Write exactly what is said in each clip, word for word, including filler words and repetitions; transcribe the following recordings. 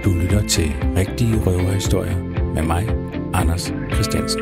Du lytter til Rigtige Røverhistorier med mig, Anders Christiansen.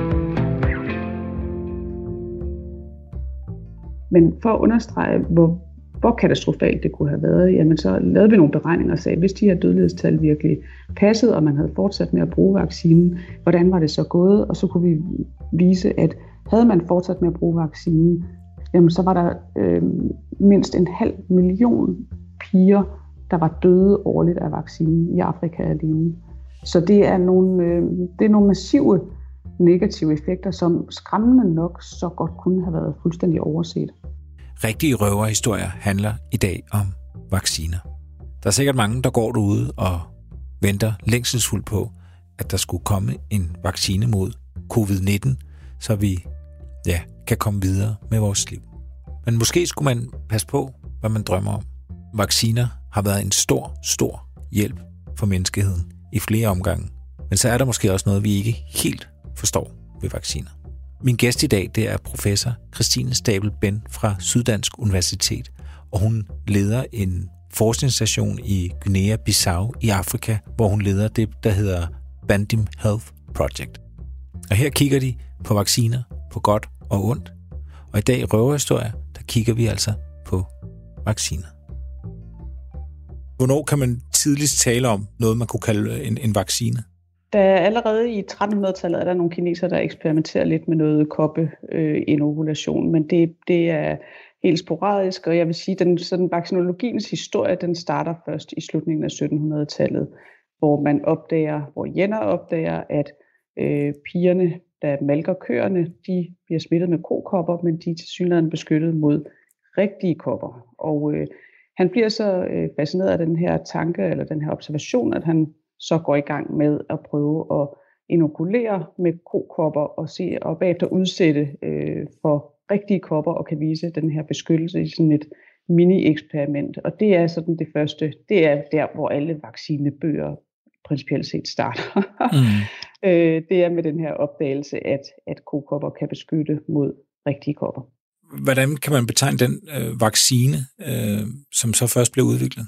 Men for at understrege, hvor, hvor katastrofalt det kunne have været, jamen så lavede vi nogle beregninger og sagde, hvis de her dødelighedstal virkelig passede, og man havde fortsat med at bruge vaccinen, hvordan var det så gået? Og så kunne vi vise, at havde man fortsat med at bruge vaccinen, jamen så var der øh, mindst en halv million piger, der var døde årligt af vaccinen i Afrika alene. Så det er nogle, øh, det er nogle massive negative effekter, som skræmmende nok så godt kunne have været fuldstændig overset. Rigtige Røverhistorier handler i dag om vacciner. Der er sikkert mange, der går derude og venter længselsfuldt på, at der skulle komme en vaccine mod covid nitten, så vi ja, kan komme videre med vores liv. Men måske skulle man passe på, hvad man drømmer om. Vacciner har været en stor, stor hjælp for menneskeheden i flere omgange. Men så er der måske også noget, vi ikke helt forstår ved vacciner. Min gæst i dag, det er professor Christine Stabel Ben fra Syddansk Universitet, og hun leder en forskningsstation i Guinea-Bissau i Afrika, hvor hun leder det, der hedder Bandim Health Project. Og her kigger de på vacciner, på godt og ondt. Og i dag i Røverhistorier, der kigger vi altså på vacciner. Hvornår kan man tidligst tale om noget, man kunne kalde en, en vaccine? Der allerede i trettenhundredetallet er der nogle kinesere, der eksperimenterer lidt med noget koppeinokulation, men det, det er helt sporadisk, og jeg vil sige, at den, sådan vaccinologiens historie, den starter først i slutningen af syttenhundredetallet, hvor man opdager, hvor Jenner opdager, at øh, pigerne, der malker køerne, de bliver smittet med kokopper, men de er tilsyneladende beskyttet mod rigtige kopper. Og øh, han bliver så øh, fascineret af den her tanke, eller den her observation, at han så går i gang med at prøve at inokulere med kokopper og, se, og bagefter udsætte øh, for rigtige kopper og kan vise den her beskyttelse i sådan et mini-eksperiment. Og det er sådan det første, det er der, hvor alle vaccinebøger principielt set starter. Mm. øh, det er med den her opdagelse, at, at kokopper kan beskytte mod rigtige kopper. Hvordan kan man betegne den øh, vaccine, øh, som så først blev udviklet?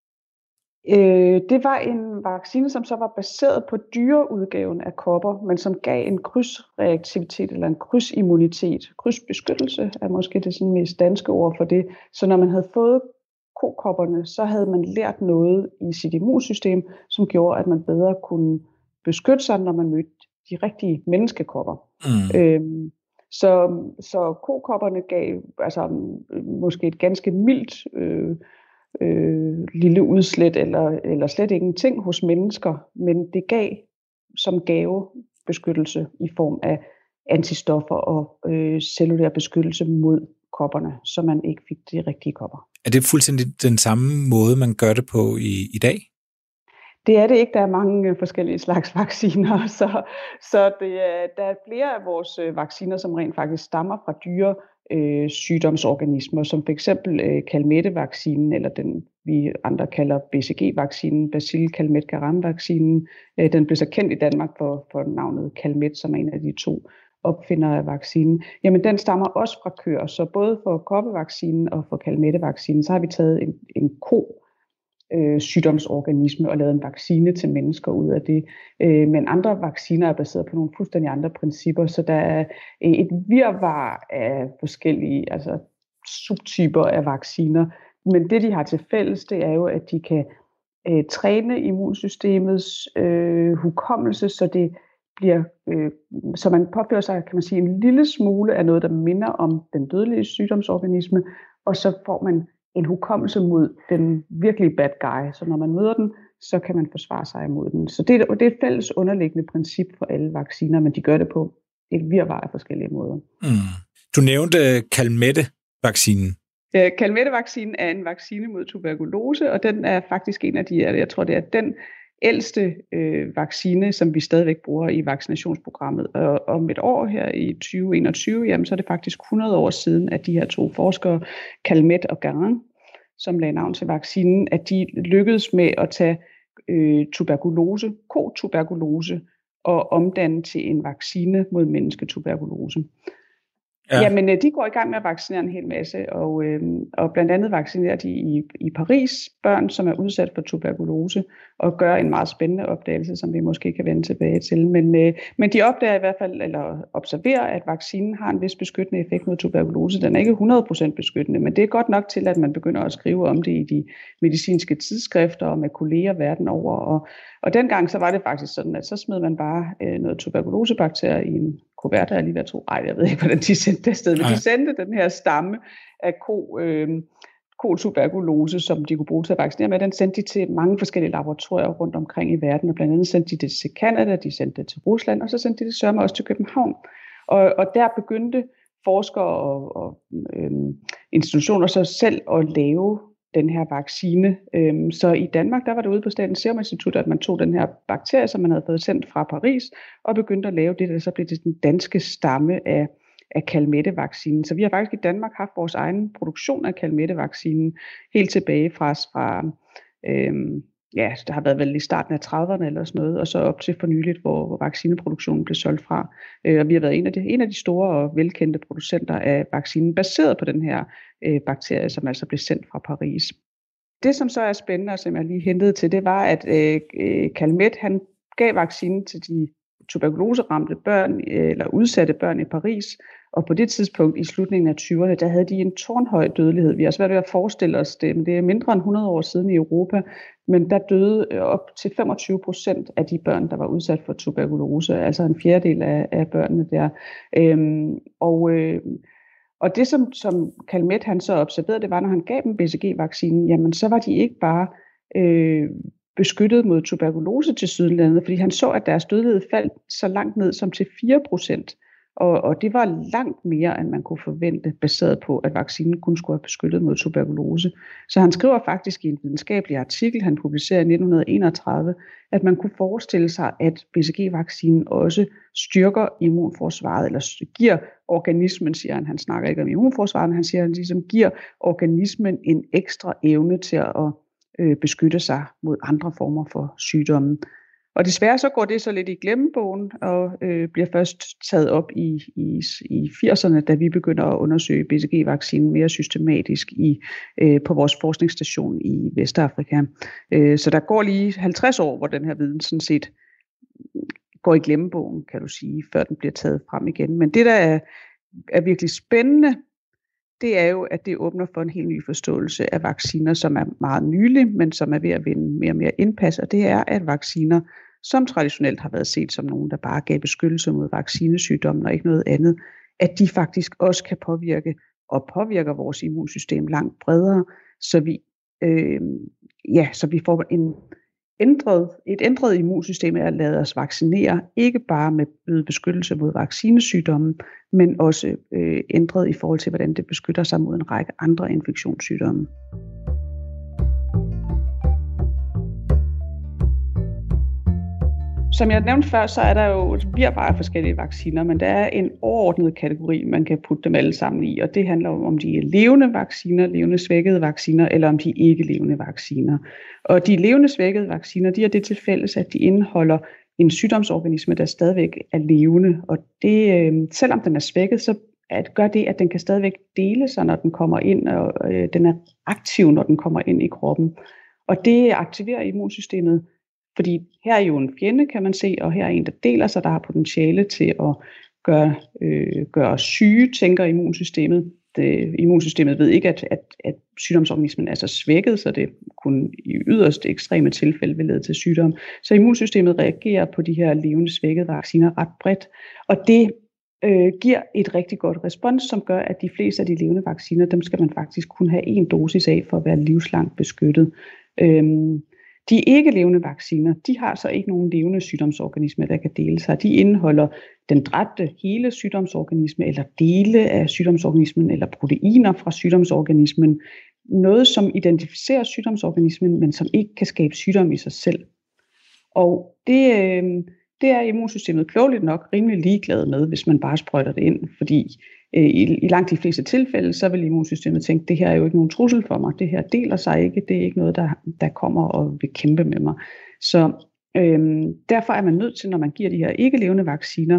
Øh, det var en vaccine, som så var baseret på dyreudgaven af kopper, men som gav en krydsreaktivitet eller en krydsimmunitet. Krydsbeskyttelse er måske det sådan mest danske ord for det. Så når man havde fået kokopperne, så havde man lært noget i sit immunsystem, som gjorde, at man bedre kunne beskytte sig, når man mødte de rigtige menneskekopper. Mm. Øhm, så, så kokopperne gav altså, måske et ganske mildt øh, Øh, lille udslæt eller, eller slet ingenting hos mennesker, men det gav som gave beskyttelse i form af antistoffer og øh, cellulær beskyttelse mod kopperne, så man ikke fik de rigtige kopper. Er det fuldstændig den samme måde, man gør det på i, i dag? Det er det ikke. Der er mange forskellige slags vacciner, så, så det er, der er flere af vores vacciner, som rent faktisk stammer fra dyre øh, sygdomsorganismer, som f.eks. Øh, Calmette-vaccinen, eller den vi andre kalder B C G-vaccinen, Bacille Calmette-Guerin-vaccinen. Øh, den blev så kendt i Danmark for, for navnet Calmette, som er en af de to opfindere af vaccinen. Jamen, den stammer også fra køer, så både for koppevaccinen og for Calmette-vaccinen, så har vi taget en, en ko, Øh, sygdomsorganisme og lavet en vaccine til mennesker ud af det. Øh, men andre vacciner er baseret på nogle fuldstændig andre principper, så der er et virvar af forskellige altså subtyper af vacciner. Men det, de har til fælles, det er jo, at de kan øh, træne immunsystemets øh, hukommelse, så det bliver, øh, så man påfører sig, kan man sige, en lille smule af noget, der minder om den dødelige sygdomsorganisme, og så får man en hukommelse mod den virkelige bad guy. Så når man møder den, så kan man forsvare sig imod den. Så det er, det er et fælles underliggende princip for alle vacciner, men de gør det på et virvar af forskellige måder. Mm. Du nævnte Calmette-vaccinen. Calmette-vaccinen er en vaccine mod tuberkulose, og den er faktisk en af de, jeg tror det er den ældste øh, vaccine, som vi stadigvæk bruger i vaccinationsprogrammet. Og om et år her i tyve enogtyve, jamen, så er det faktisk hundrede år siden, at de her to forskere, Calmette og Guerin, som lagde navn til vaccinen, at de lykkedes med at tage øh, tuberkulose, kotuberkulose, og omdanne til en vaccine mod mennesketuberkulose. Ja. Jamen, de går i gang med at vaccinere en hel masse, og, øh, og blandt andet vaccinerer de i, i Paris børn, som er udsat for tuberkulose, og gør en meget spændende opdagelse, som vi måske kan vende tilbage til. Men, øh, men de opdager i hvert fald, eller observerer, at vaccinen har en vis beskyttende effekt mod tuberkulose. Den er ikke hundrede procent beskyttende, men det er godt nok til, at man begynder at skrive om det i de medicinske tidsskrifter og med kolleger verden over. Og, og dengang så var det faktisk sådan, at så smed man bare øh, noget tuberkulosebakterier i en kuvert, der er lige ved at tro, ej, jeg ved ikke, hvordan de sendte det afsted, men de sendte den her stamme af ko, øh, kotuberkulose, som de kunne bruge til at vaccinere med, den sendte de til mange forskellige laboratorier rundt omkring i verden, og blandt andet sendte de det til Canada, de sendte det til Rusland, og så sendte de det sørme også til København. Og, og der begyndte forskere og, og øh, institutioner så selv at lave den her vaccine. Så i Danmark, der var det ude på Statens Serum Institut, at man tog den her bakterie, som man havde fået sendt fra Paris, og begyndte at lave det, der så blev det den danske stamme af, af Calmette-vaccinen. Så vi har faktisk i Danmark haft vores egen produktion af Calmette-vaccinen helt tilbage fra, fra øhm, ja, der har været vel i starten af trediverne eller sådan noget, og så op til for nyligt, hvor, hvor vaccineproduktionen blev solgt fra. Øh, og vi har været en af, de, en af de store og velkendte producenter af vaccinen, baseret på den her øh, bakterie, som altså blev sendt fra Paris. Det, som så er spændende, og som jeg lige hentede til, det var, at øh, Calmette, han gav vaccinen til de tuberkuloseramte børn, eller udsatte børn i Paris, og på det tidspunkt i slutningen af tyverne, der havde de en tårnhøj dødelighed. Vi har svært ved at forestille os det, men det er mindre end hundrede år siden i Europa, men der døde op til femogtyve procent af de børn, der var udsat for tuberkulose, altså en fjerdedel af, af børnene der. Øhm, og, øh, og det, som, som Calmette han så observerede, det var, når han gav dem B C G-vaccinen, jamen så var de ikke bare øh, beskyttet mod tuberkulose til sydenlandet, fordi han så, at deres dødelighed faldt så langt ned som til fire procent. Og, og det var langt mere, end man kunne forvente, baseret på, at vaccinen kun skulle have beskyttet mod tuberkulose. Så han skriver faktisk i en videnskabelig artikel, han publicerer i nitten enogtredive, at man kunne forestille sig, at B C G-vaccinen også styrker immunforsvaret, eller giver organismen, siger han, han snakker ikke om immunforsvaret, men han siger, at han ligesom giver organismen en ekstra evne til at øh, beskytte sig mod andre former for sygdomme. Og desværre så går det så lidt i glemmebogen og øh, bliver først taget op i, i, i firserne, da vi begynder at undersøge B C G-vaccinen mere systematisk i, øh, på vores forskningsstation i Vestafrika. Øh, så der går lige halvtreds år, hvor den her viden sådan set går i glemmebogen, kan du sige, før den bliver taget frem igen. Men det, der er, er virkelig spændende, det er jo, at det åbner for en helt ny forståelse af vacciner, som er meget nylig, men som er ved at vinde mere og mere indpas, og det er, at vacciner, som traditionelt har været set som nogen, der bare gav beskyttelse mod vaccinesygdommen og ikke noget andet, at de faktisk også kan påvirke og påvirker vores immunsystem langt bredere, så vi, øh, ja, så vi får en ændret, et ændret immunsystem af at lade os vaccinere, ikke bare med øget beskyttelse mod vaccinesygdomme, men også øh, ændret i forhold til, hvordan det beskytter sig mod en række andre infektionssygdomme. Som jeg nævnte før, så er der jo et virvar af forskellige vacciner, men der er en overordnet kategori, man kan putte dem alle sammen i, og det handler om de er levende vacciner, levende svækkede vacciner, eller om de ikke levende vacciner. Og de levende svækkede vacciner, de er det til fælles, at de indeholder en sygdomsorganisme, der stadigvæk er levende, og det, selvom den er svækket, så at gør det, at den kan stadigvæk dele sig, når den kommer ind, og øh, den er aktiv, når den kommer ind i kroppen. Og det aktiverer immunsystemet, fordi her er jo en fjende, kan man se, og her er en, der deler sig, der har potentiale til at gøre, øh, gøre os syge, tænker immunsystemet. Det, immunsystemet ved ikke, at, at, at sygdomsorganismen er så svækket, så det kun i yderst ekstreme tilfælde vil lede til sygdom. Så immunsystemet reagerer på de her levende svækkede vacciner ret bredt, og det øh, giver et rigtig godt respons, som gør, at de fleste af de levende vacciner, dem skal man faktisk kun have en dosis af for at være livslangt beskyttet. Øhm, De ikke-levende vacciner, de har så ikke nogen levende sygdomsorganisme, der kan dele sig. De indeholder den dræbte hele sygdomsorganisme, eller dele af sygdomsorganismen, eller proteiner fra sygdomsorganismen. Noget, som identificerer sygdomsorganismen, men som ikke kan skabe sygdom i sig selv. Og det, øh, det er immunsystemet klogeligt nok rimelig ligeglad med, hvis man bare sprøjter det ind, fordi øh, i, i langt de fleste tilfælde, så vil immunsystemet tænke, det her er jo ikke nogen trussel for mig, det her deler sig ikke, det er ikke noget, der, der kommer og vil kæmpe med mig. Så øh, derfor er man nødt til, når man giver de her ikke-levende vacciner,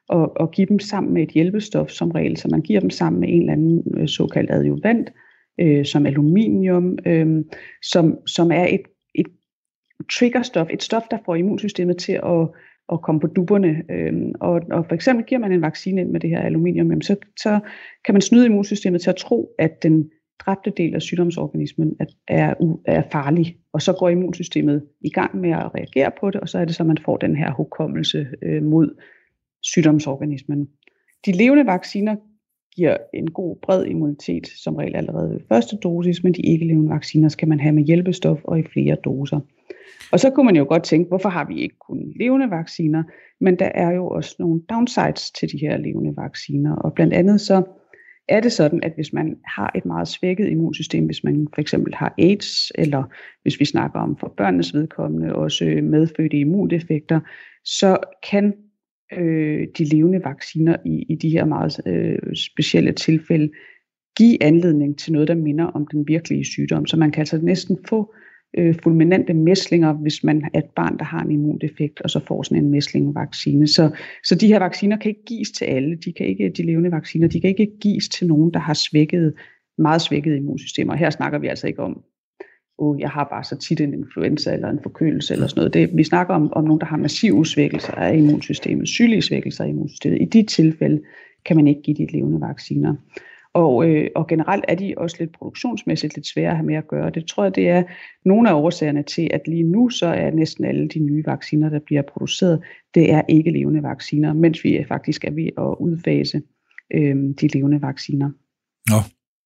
og, og give dem sammen med et hjælpestof som regel, så man giver dem sammen med en eller anden såkaldt adjuvant, øh, som aluminium, øh, som, som er et, et triggerstof, et stof, der får immunsystemet til at, at komme på dupperne. Øh, og, og for eksempel giver man en vaccine ind med det her aluminium, jamen så, så kan man snyde immunsystemet til at tro, at den dræbte del af sygdomsorganismen er, er farlig, og så går immunsystemet i gang med at reagere på det, og så er det så, man får den her hukommelse øh, mod sygdomsorganismen. De levende vacciner giver en god bred immunitet, som regel allerede ved første dosis, men de ikke-levende vacciner skal man have med hjælpestof og i flere doser. Og så kunne man jo godt tænke, hvorfor har vi ikke kun levende vacciner, men der er jo også nogle downsides til de her levende vacciner, og blandt andet så er det sådan, at hvis man har et meget svækket immunsystem, hvis man for eksempel har AIDS, eller hvis vi snakker om for børnenes vedkommende også medfødte immundefekter, så kan øh, de levende vacciner i, i de her meget øh, specielle tilfælde give anledning til noget, der minder om den virkelige sygdom. Så man kan altså næsten få øh, fulminante mæslinger, hvis man er et barn, der har en immundefekt, og så får sådan en mæslingvaccine. Så, så de her vacciner kan ikke gives til alle. De kan ikke, de levende vacciner, de kan ikke gives til nogen, der har svækket, meget svækket immunsystemer. Her snakker vi altså ikke om, oh, jeg har bare så tit en influenza eller en forkølelse eller sådan noget. Det, vi snakker om, om nogen, der har massive svækkelser af immunsystemet, sygelige svækkelser af immunsystemet. I de tilfælde kan man ikke give de levende vacciner. Og, øh, og generelt er de også lidt produktionsmæssigt lidt svære at have med at gøre. Det tror jeg, det er nogle af årsagerne til, at lige nu så er næsten alle de nye vacciner, der bliver produceret, det er ikke levende vacciner, mens vi faktisk er ved at udfase øh, de levende vacciner. Nå.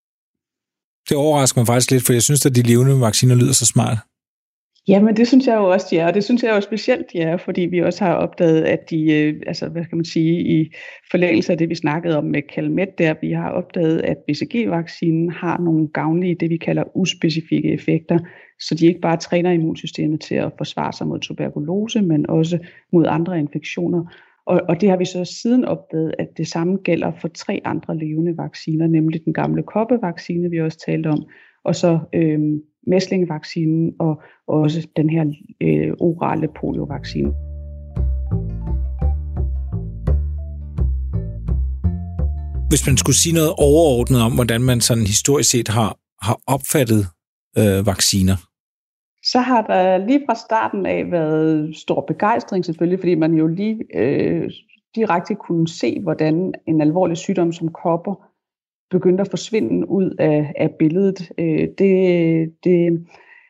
Det overrasker mig faktisk lidt, for jeg synes, at de levende vacciner lyder så smart. Jamen, det synes jeg jo også, de er, og det synes jeg jo specielt, de er, fordi vi også har opdaget, at de, øh, altså hvad kan man sige, i forlængelse af det, vi snakkede om med Calmet der, vi har opdaget, at B C G-vaccinen har nogle gavnlige, det vi kalder uspecifikke effekter, så de ikke bare træner immunsystemet til at forsvare sig mod tuberkulose, men også mod andre infektioner. Og, og det har vi så siden opdaget, at det samme gælder for tre andre levende vacciner, nemlig den gamle koppevaccine, vi også talte om, og så øh, mæslingevaccinen og også den her øh, orale poliovaccine. Hvis man skulle sige noget overordnet om, hvordan man sådan historisk set har, har opfattet øh, vacciner, så har der lige fra starten af været stor begejstring selvfølgelig, fordi man jo lige øh, direkte kunne se, hvordan en alvorlig sygdom som kopper begyndte at forsvinde ud af, af billedet. Øh, det, det,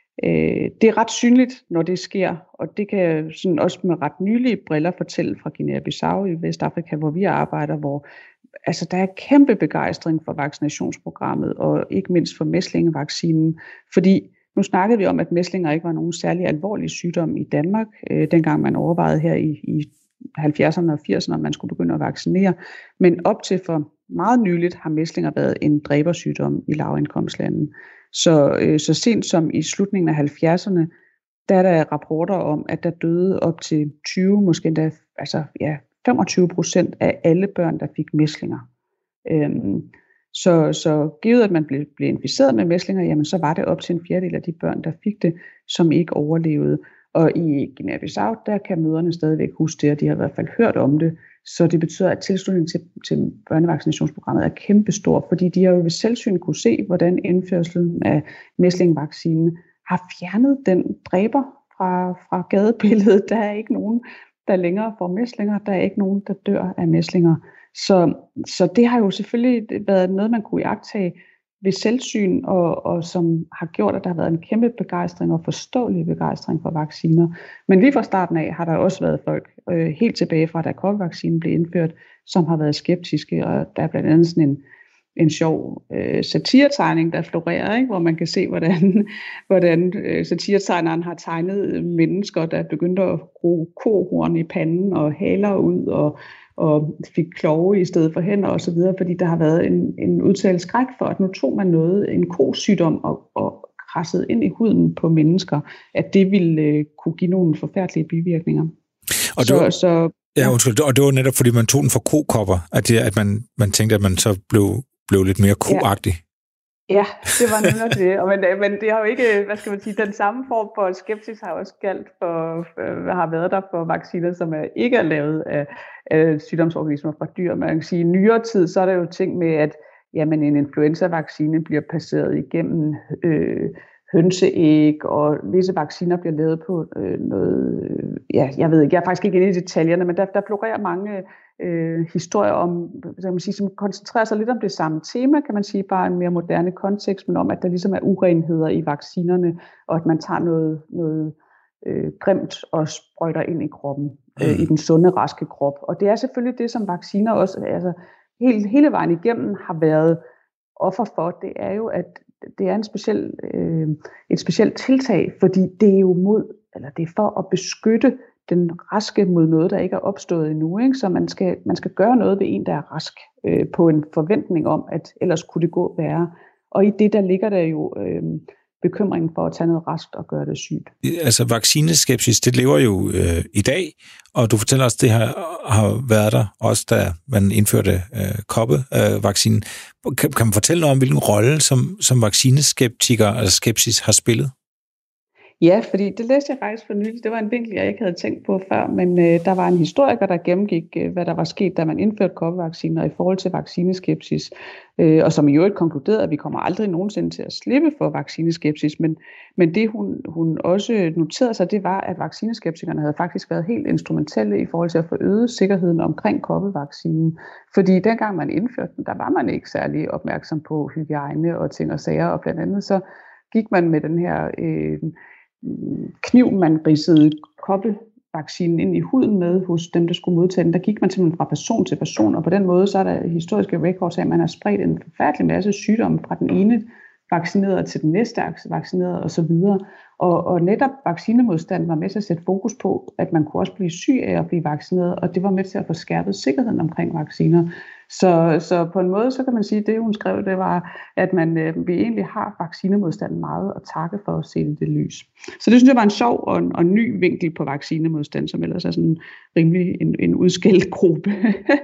øh, det er ret synligt, når det sker, og det kan sådan også med ret nylige briller fortælle fra Guinea-Bissau i Vestafrika, hvor vi arbejder, hvor altså, der er kæmpe begejstring for vaccinationsprogrammet, og ikke mindst for mæslingevaccinen, fordi nu snakkede vi om, at mæslinger ikke var nogen særlig alvorlig sygdom i Danmark, øh, dengang man overvejede her i, i halvfjerdserne og firserne, om man skulle begynde at vaccinere. Men op til for meget nyligt har mæslinger været en dræbersygdom i lavindkomstlande. Så, øh, så sent som i slutningen af halvfjerdserne, der er der rapporter om, at der døde op til tyve, måske endda altså, ja, femogtyve procent af alle børn, der fik mæslinger. Øhm, Så, så givet at man blev, blev inficeret med mæslinger, jamen så var det op til en fjerdedel af de børn, der fik det, som ikke overlevede. Og i Guinea-Bissau, der kan mødrene stadigvæk huske det, og de har i hvert fald hørt om det. Så det betyder, at tilslutningen til, til børnevaccinationsprogrammet er kæmpestor, fordi de har jo ved selvsyn kunne se, hvordan indførslen af mæslingvaccinen har fjernet den dræber fra, fra gadebilledet. Der er ikke nogen, der længere får mæslinger, der er ikke nogen, der dør af mæslinger. Så, så det har jo selvfølgelig været noget, man kunne iagttage ved selvsyn, og, og som har gjort, at der har været en kæmpe begejstring og forståelig begejstring for vacciner. Men lige fra starten af har der også været folk, øh, helt tilbage fra da COVID-vaccinen blev indført, som har været skeptiske, og der er blandt andet sådan en, en sjov øh, satiretegning, der florerer, ikke? Hvor man kan se, hvordan, hvordan øh, satiretegneren har tegnet mennesker, der begyndte at bruge kohorn i panden og haler ud, og og fik klove i stedet for hænder og så videre, fordi der har været en, en udtalt skræk for, at nu tog man noget, en kosygdom og, og krassede ind i huden på mennesker, at det ville øh, kunne give nogle forfærdelige bivirkninger. Og det, var, så, så, ja, undskyld, og det var netop, fordi man tog den for kokopper, at, det, at man, man tænkte, at man så blev, blev lidt mere koagtig. Ja, det var nemlig det. Og men, men det har jo ikke, hvad skal man sige, den samme form for skepsis har også galt for, for har været der for vacciner, som er, ikke er lavet af, af sygdomsorganismer fra dyr. Man kan sige, i nyere tid, så er der jo ting med, at jamen, en influenza-vaccine bliver passeret igennem øh, hønseæg, og visse vacciner bliver lavet på øh, noget, øh, ja, jeg ved ikke, jeg er faktisk ikke inde i detaljerne, men der, der florerer mange øh, historier om, kan man sige, som koncentrerer sig lidt om det samme tema, kan man sige, bare en mere moderne kontekst, men om, at der ligesom er urenheder i vaccinerne, og at man tager noget, noget øh, grimt og sprøjter ind i kroppen, øh, i den sunde, raske krop. Og det er selvfølgelig det, som vacciner også, altså hele, hele vejen igennem har været offer for, det er jo, at det er en speciel, øh, et specielt tiltag, fordi det er jo mod, eller det er for at beskytte den raske mod noget, der ikke er opstået endnu. Ikke? Så man skal, man skal gøre noget ved en, der er rask, øh, på en forventning om, at ellers kunne det gå værre. Og i det, der ligger der jo øh, bekymringen for at tage noget raskt og gøre det sygt. Altså vaccineskepsis, det lever jo øh, i dag, og du fortæller os, det har, har været der, også da man indførte øh, koppevaccinen. Øh, kan, kan man fortælle noget om, hvilken rolle som, som vaccineskeptiker, altså skepsis, har spillet? Ja, fordi det læste jeg faktisk for nylig. Det var en vinkel, jeg ikke havde tænkt på før, men øh, der var en historiker, der gennemgik, øh, hvad der var sket, da man indførte koppevacciner i forhold til vaccineskepsis, øh, og som i øvrigt konkluderede, at vi kommer aldrig nogensinde til at slippe for vaccineskepsis, men, men det hun, hun også noterede sig, det var, at vaccineskeptikerne havde faktisk været helt instrumentelle i forhold til at få øget sikkerheden omkring koppevaccinen, fordi dengang man indførte den, der var man ikke særlig opmærksom på hygiejne og ting og sager, og blandt andet så gik man med den her øh, kniv, man ridsede koppevaccinen ind i huden med hos dem, der skulle modtage den. Der gik man simpelthen fra person til person, og på den måde så er der historiske records af, at man har spredt en forfærdelig masse sygdomme fra den ene vaccinerede til den næste vaccinerede osv. Og, og netop vaccinemodstand var med til at sætte fokus på, at man kunne også blive syg af at blive vaccineret, og det var med til at få skærpet sikkerheden omkring vacciner. Så, så på en måde, så kan man sige, at det hun skrev, det var, at man, øh, vi egentlig har vaccinemodstanden meget at takke for at se det lys. Så det synes jeg var en sjov og en, og en ny vinkel på vaccinemodstand, som ellers er sådan rimelig en, en udskældt gruppe.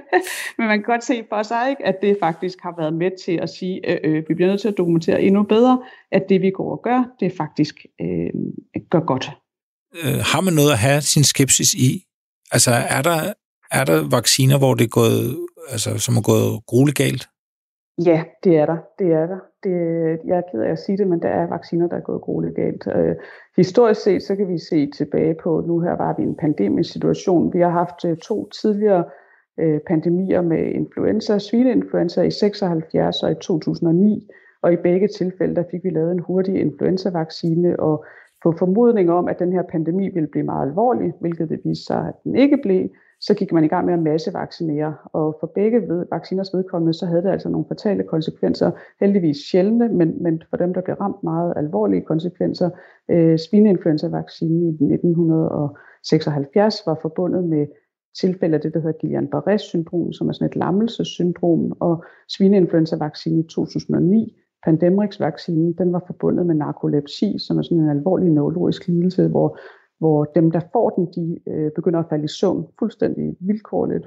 Men man kan godt se for sig, ikke, at det faktisk har været med til at sige, at øh, øh, vi bliver nødt til at dokumentere endnu bedre, at det vi går og gør, det faktisk øh, gør godt. Øh, har man noget at have sin skepsis i? Altså er der, er der vacciner, hvor det er gået, altså, som er gået grueligt galt? Ja, det er der. Det er der. Det, jeg er ked af at sige det, men der er vacciner, der er gået grueligt galt. Øh, historisk set, så kan vi se tilbage på, nu her var vi i en pandemisk situation. Vi har haft øh, to tidligere øh, pandemier med influenza, svineinfluenza i seksoghalvfjerds og i to tusind og ni. Og i begge tilfælde, der fik vi lavet en hurtig influenza-vaccine, og på formodning om, at den her pandemi ville blive meget alvorlig, hvilket det viste sig, at den ikke blev, så gik man i gang med at massevaccinere. Og for begge ved, vacciners vedkommende, så havde det altså nogle fatale konsekvenser, heldigvis sjældne, men, men for dem, der blev ramt, meget alvorlige konsekvenser. Øh, svineinfluenza-vaccinen i nitten seksoghalvfjerds var forbundet med tilfælde af det, der hedder Guillain-Barré syndrom, som er sådan et lammelsessyndrom, og svineinfluenza-vaccinen i to tusind og ni, Pandemrix-vaccinen, den var forbundet med narkolepsi, som er sådan en alvorlig neurologisk lidelse, hvor, hvor dem, der får den, de øh, begynder at falde i søvn fuldstændig vilkårligt.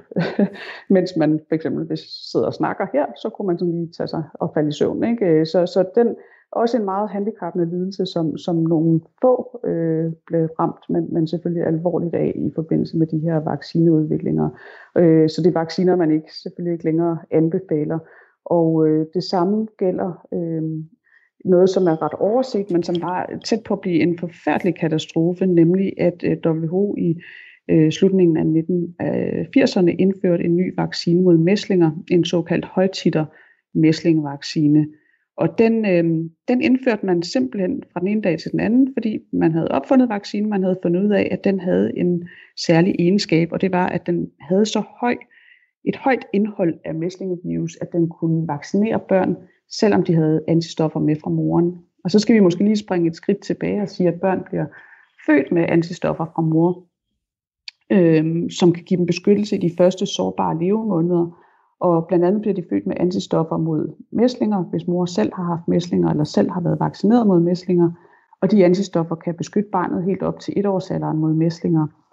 Mens man for eksempel, hvis sidder og snakker her, så kunne man sådan lige tage sig og falde i søvn. Ikke? Så, så den også en meget handicappende lidelse, som, som nogle få øh, blev ramt, men, men selvfølgelig alvorligt af i forbindelse med de her vaccineudviklinger. Øh, så det er vacciner, man ikke selvfølgelig ikke længere anbefaler. Og øh, det samme gælder øh, noget, som er ret overset, men som var tæt på at blive en forfærdelig katastrofe, nemlig at øh, W H O i øh, slutningen af nitten firserne indførte en ny vaccine mod mæslinger, en såkaldt højtitter mæslingvaccine. Og den, øh, den indførte man simpelthen fra den ene dag til den anden, fordi man havde opfundet vaccinen, man havde fundet ud af, at den havde en særlig egenskab, og det var, at den havde så høj, et højt indhold af mæslingevirus, at den kunne vaccinere børn, selvom de havde antistoffer med fra moren. Og så skal vi måske lige springe et skridt tilbage og sige, at børn bliver født med antistoffer fra mor, øh, som kan give dem beskyttelse i de første sårbare levemåneder. Og blandt andet bliver de født med antistoffer mod mæslinger, hvis mor selv har haft mæslinger, eller selv har været vaccineret mod mæslinger. Og de antistoffer kan beskytte barnet helt op til etårsalderen mod mæslinger.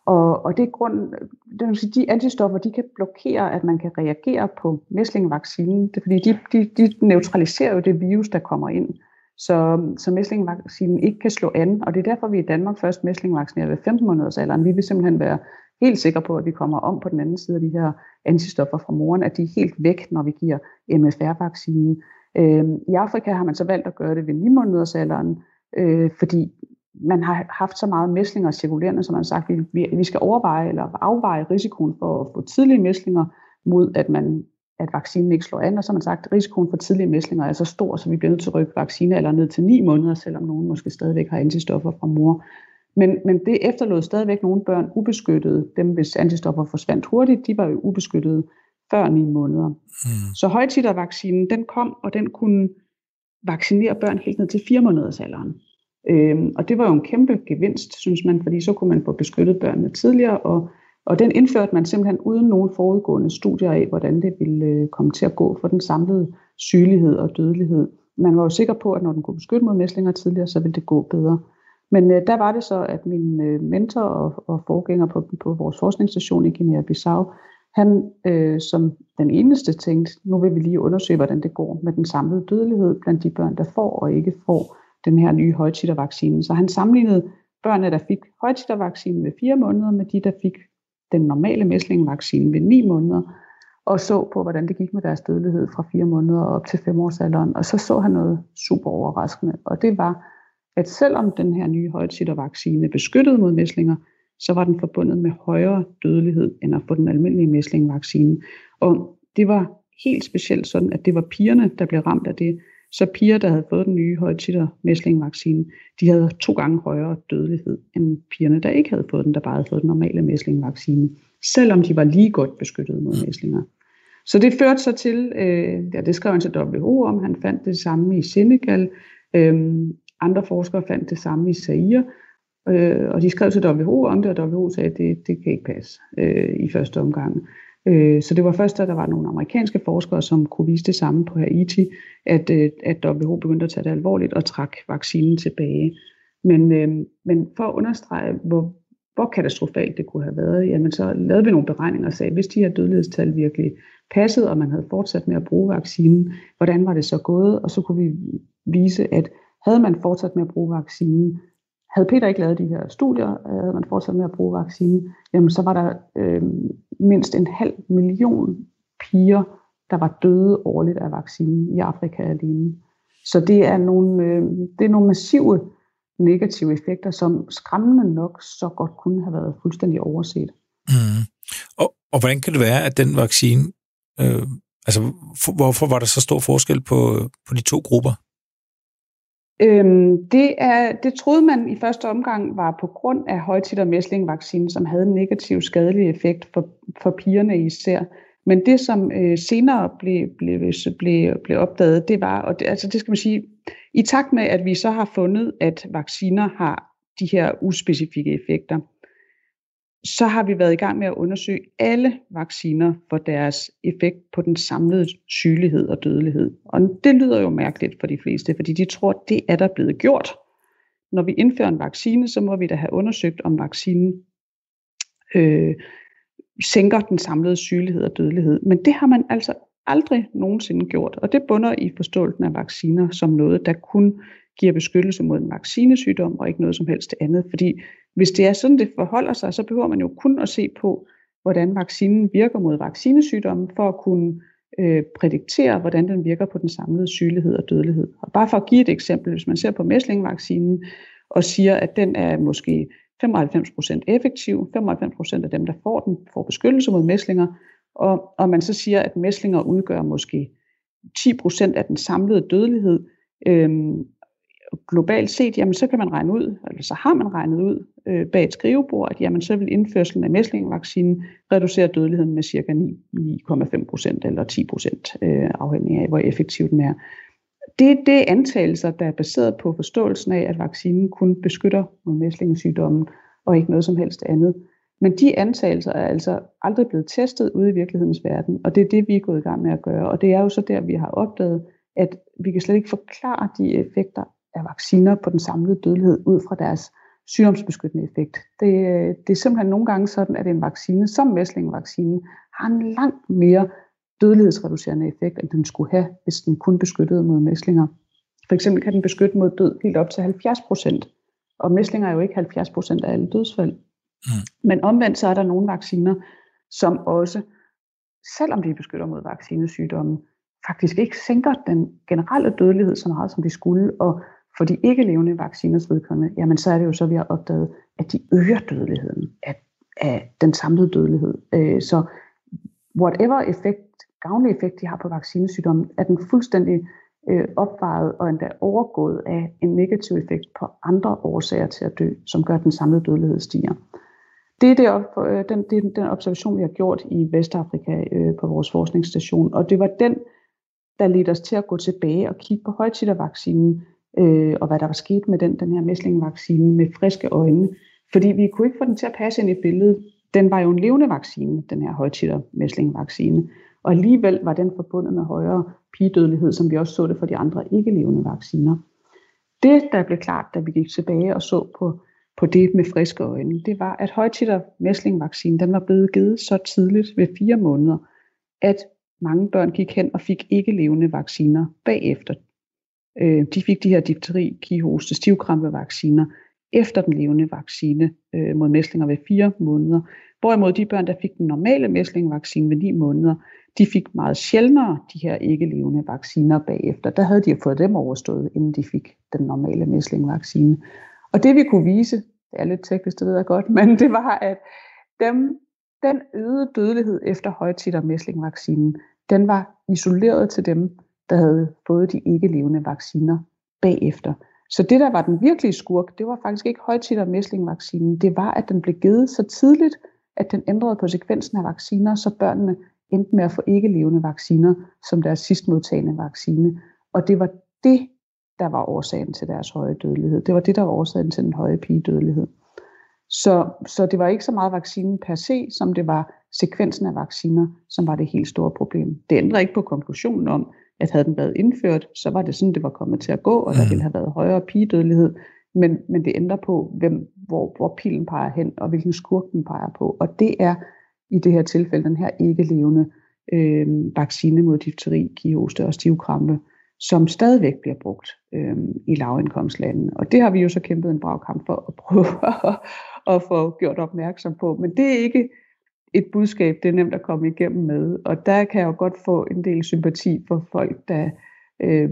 Og, og det er grund, det vil sige, de antistoffer, de kan blokere, at man kan reagere på mæslingevaccinen. Det er fordi, de, de, de neutraliserer jo det virus, der kommer ind. Så, så mæslingevaccinen ikke kan slå an. Og det er derfor, vi i Danmark først mæslingevaccinerer ved femten måneders alderen. Vi vil simpelthen være helt sikre på, at vi kommer om på den anden side af de her antistoffer fra moren, at de er helt væk, når vi giver M F R-vaccinen. Øh, I Afrika har man så valgt at gøre det ved ni måneders alderen, øh, fordi man har haft så meget mæslinger cirkulerende, som man har sagt, at vi, vi skal overveje eller afveje risikoen for at få tidlige mæslinger mod, at, man, at vaccinen ikke slår an. Og så har man sagt, at risikoen for tidlige mæslinger er så stor, så vi bliver nødt til at rykke vacciner eller ned til ni måneder, selvom nogen måske stadigvæk har antistoffer fra mor. Men, men det efterlod stadigvæk nogle børn ubeskyttede. Dem, hvis antistoffer forsvandt hurtigt, de var jo ubeskyttede før ni måneder. Mm. Så højtittervaccinen, den kom, og den kunne vaccinere børn helt ned til fire måneders alderen. Øhm, og det var jo en kæmpe gevinst, synes man, fordi så kunne man få beskyttet børnene tidligere, og, og den indførte man simpelthen uden nogen forudgående studier af, hvordan det ville øh, komme til at gå for den samlede sygelighed og dødelighed. Man var jo sikker på, at når den kunne beskytte mod mæslinger tidligere, så ville det gå bedre. Men øh, der var det så, at min øh, mentor og, og forgænger på, på vores forskningsstation i Guinea-Bissau, han øh, som den eneste tænkte, nu vil vi lige undersøge, hvordan det går med den samlede dødelighed blandt de børn, der får og ikke får den her nye højtittervaccine. Så han sammenlignede børnene, der fik højtittervaccinen ved fire måneder, med de, der fik den normale mæslingevaccine ved ni måneder, og så på, hvordan det gik med deres dødelighed fra fire måneder op til fem års alderen. Og så så han noget super overraskende, og det var, at selvom den her nye højtittervaccine beskyttede mod mæslinger, så var den forbundet med højere dødelighed end at få den almindelige mæslingevaccine. Og det var helt specielt sådan, at det var pigerne, der blev ramt af det. Så piger, der havde fået den nye højtitter-mæslingevaccine, de havde to gange højere dødelighed end pigerne, der ikke havde fået den, der bare havde fået den normale mæslingevaccine, selvom de var lige godt beskyttet mod mæslinger. Så det førte så til, øh, ja, det skrev han til W H O om, han fandt det samme i Senegal, øh, andre forskere fandt det samme i Zaire, øh, og de skrev til W H O om det, og W H O sagde, at det, det kan ikke passe øh, i første omgang. Så det var først, da der var nogle amerikanske forskere, som kunne vise det samme på Haiti, at, at W H O begyndte at tage det alvorligt og trak vaccinen tilbage. Men, øh, men for at understrege, hvor, hvor katastrofalt det kunne have været, jamen så lavede vi nogle beregninger og sagde, hvis de her dødelighedstal virkelig passede, og man havde fortsat med at bruge vaccinen, hvordan var det så gået? Og så kunne vi vise, at havde man fortsat med at bruge vaccinen, havde Peter ikke lavet de her studier, havde man fortsat med at bruge vaccinen, jamen så var der øh, mindst en halv million piger, der var døde årligt af vaccinen i Afrika alene. Så det er nogle, øh, det er nogle massive negative effekter, som skræmmende nok så godt kunne have været fuldstændig overset. Mm. Og, og hvordan kan det være, at den vaccine, øh, altså for, hvorfor var der så stor forskel på, på de to grupper? Øhm, det, er, det troede man i første omgang var på grund af højtitter-mæslingevaccinen, som havde en negativ skadelig effekt for, for pigerne især. Men det, som øh, senere blev, blev, blev, blev opdaget, det var, og det, altså det skal man sige, i takt med, at vi så har fundet, at vacciner har de her uspecifikke effekter, så har vi været i gang med at undersøge alle vacciner for deres effekt på den samlede sygelighed og dødelighed. Og det lyder jo mærkeligt for de fleste, fordi de tror, at det er der blevet gjort. Når vi indfører en vaccine, så må vi da have undersøgt, om vaccinen øh, sænker den samlede sygelighed og dødelighed. Men det har man altså aldrig nogensinde gjort, og det bunder i forståelsen af vacciner som noget, der kun giver beskyttelse mod en vaccinesygdom og ikke noget som helst andet. Fordi hvis det er sådan, det forholder sig, så behøver man jo kun at se på, hvordan vaccinen virker mod vaccinesygdommen, for at kunne øh, prædiktere, hvordan den virker på den samlede sygelighed og dødelighed. Og bare for at give et eksempel, hvis man ser på mæslingevaccinen og siger, at den er måske femoghalvfems procent effektiv, femoghalvfems procent af dem, der får den, får beskyttelse mod mæslinger, og, og man så siger, at mæslinger udgør måske ti procent af den samlede dødelighed, øh, globalt set, jamen så kan man regne ud, eller så har man regnet ud øh, bag et skrivebord, at jamen så vil indførselen af mæslingevaccinen reducere dødeligheden med cirka ni komma fem procent eller ti procent, øh, afhængig af hvor effektiv den er. Det, det er antagelser, der er baseret på forståelsen af, at vaccinen kun beskytter mod mæslingesygdommen og ikke noget som helst andet. Men de antagelser er altså aldrig blevet testet ude i virkelighedens verden, og det er det, vi er gået i gang med at gøre. Og det er jo så der, vi har opdaget, at vi kan slet ikke forklare de effekter af vacciner på den samlede dødelighed ud fra deres sygdomsbeskyttende effekt. Det, det er simpelthen nogle gange sådan, at en vaccine, som mæslingevaccinen, har en langt mere dødelighedsreducerende effekt, end den skulle have, hvis den kun beskyttede mod mæslinger. For eksempel kan den beskytte mod død helt op til halvfjerds procent, og mæslinger er jo ikke halvfjerds procent af alle dødsfald. Mm. Men omvendt så er der nogle vacciner, som også, selvom de beskytter mod vaccinesygdomme, faktisk ikke sænker den generelle dødelighed så meget, som de skulle, og for de ikke-levende vacciners vedkommende, jamen så er det jo så, vi har opdaget, at de øger dødeligheden af, af den samlede dødelighed. Så whatever effekt, gavnlig effekt de har på vaccinesygdommen, er den fuldstændig øh, opvejet og endda overgået af en negativ effekt på andre årsager til at dø, som gør, at den samlede dødelighed stiger. Det er, det op, øh, den, det er den observation, vi har gjort i Vestafrika øh, på vores forskningsstation, og det var den, der ledte os til at gå tilbage og kigge på højtittervaccinen, øh, og hvad der var sket med den, den her mæslingevaccine med friske øjne, fordi vi kunne ikke få den til at passe ind i billedet. Den var jo en levende vaccine, den her højtitter-mæslingevaccine, og alligevel var den forbundet med højere pigedødelighed, som vi også så det for de andre ikke-levende vacciner. Det, der blev klart, da vi gik tilbage og så på, på det med friske øjne, det var, at højtitter-mæslingevaccinen, den var blevet givet så tidligt ved fire måneder, at mange børn gik hen og fik ikke-levende vacciner bagefter. De fik de her difteri, kihoste, stivkrampevacciner efter den levende vaccine øh, mod mæslinger ved fire måneder. Hvorimod de børn, der fik den normale mæslingevaccine ved ni måneder, de fik meget sjældnere de her ikke-levende vacciner bagefter. Der havde de fået dem overstået, inden de fik den normale mæslingevaccine. Og det vi kunne vise, det er lidt teknisk, det ved jeg godt, men det var, at dem, den øgede dødelighed efter højtitter-mæslingevaccinen, den var isoleret til dem, der havde fået de ikke-levende vacciner bagefter. Så det, der var den virkelige skurk, det var faktisk ikke højtitter-mæslingevaccinen. Det var, at den blev givet så tidligt, at den ændrede på sekvensen af vacciner, så børnene endte med at få ikke-levende vacciner som deres sidst modtagende vaccine. Og det var det, der var årsagen til deres høje dødelighed. Det var det, der var årsagen til den høje pigedødelighed. Så, så det var ikke så meget vaccinen per se, som det var sekvensen af vacciner, som var det helt store problem. Det ændrer ikke på konklusionen om, at havde den været indført, så var det sådan, det var kommet til at gå, og der ville have været højere pigedødelighed. Men, men det ændrer på, hvem, hvor, hvor pilen peger hen, og hvilken skurk den peger på. Og det er i det her tilfælde den her ikke-levende øh, vaccine mod difteri, kihoste og stivkrampe, som stadigvæk bliver brugt øh, i lavindkomstlandene. Og det har vi jo så kæmpet en brav kamp for at prøve at, at få gjort opmærksom på. Men det er ikke et budskab, det er nemt at komme igennem med. Og der kan jeg jo godt få en del sympati for folk, der øh,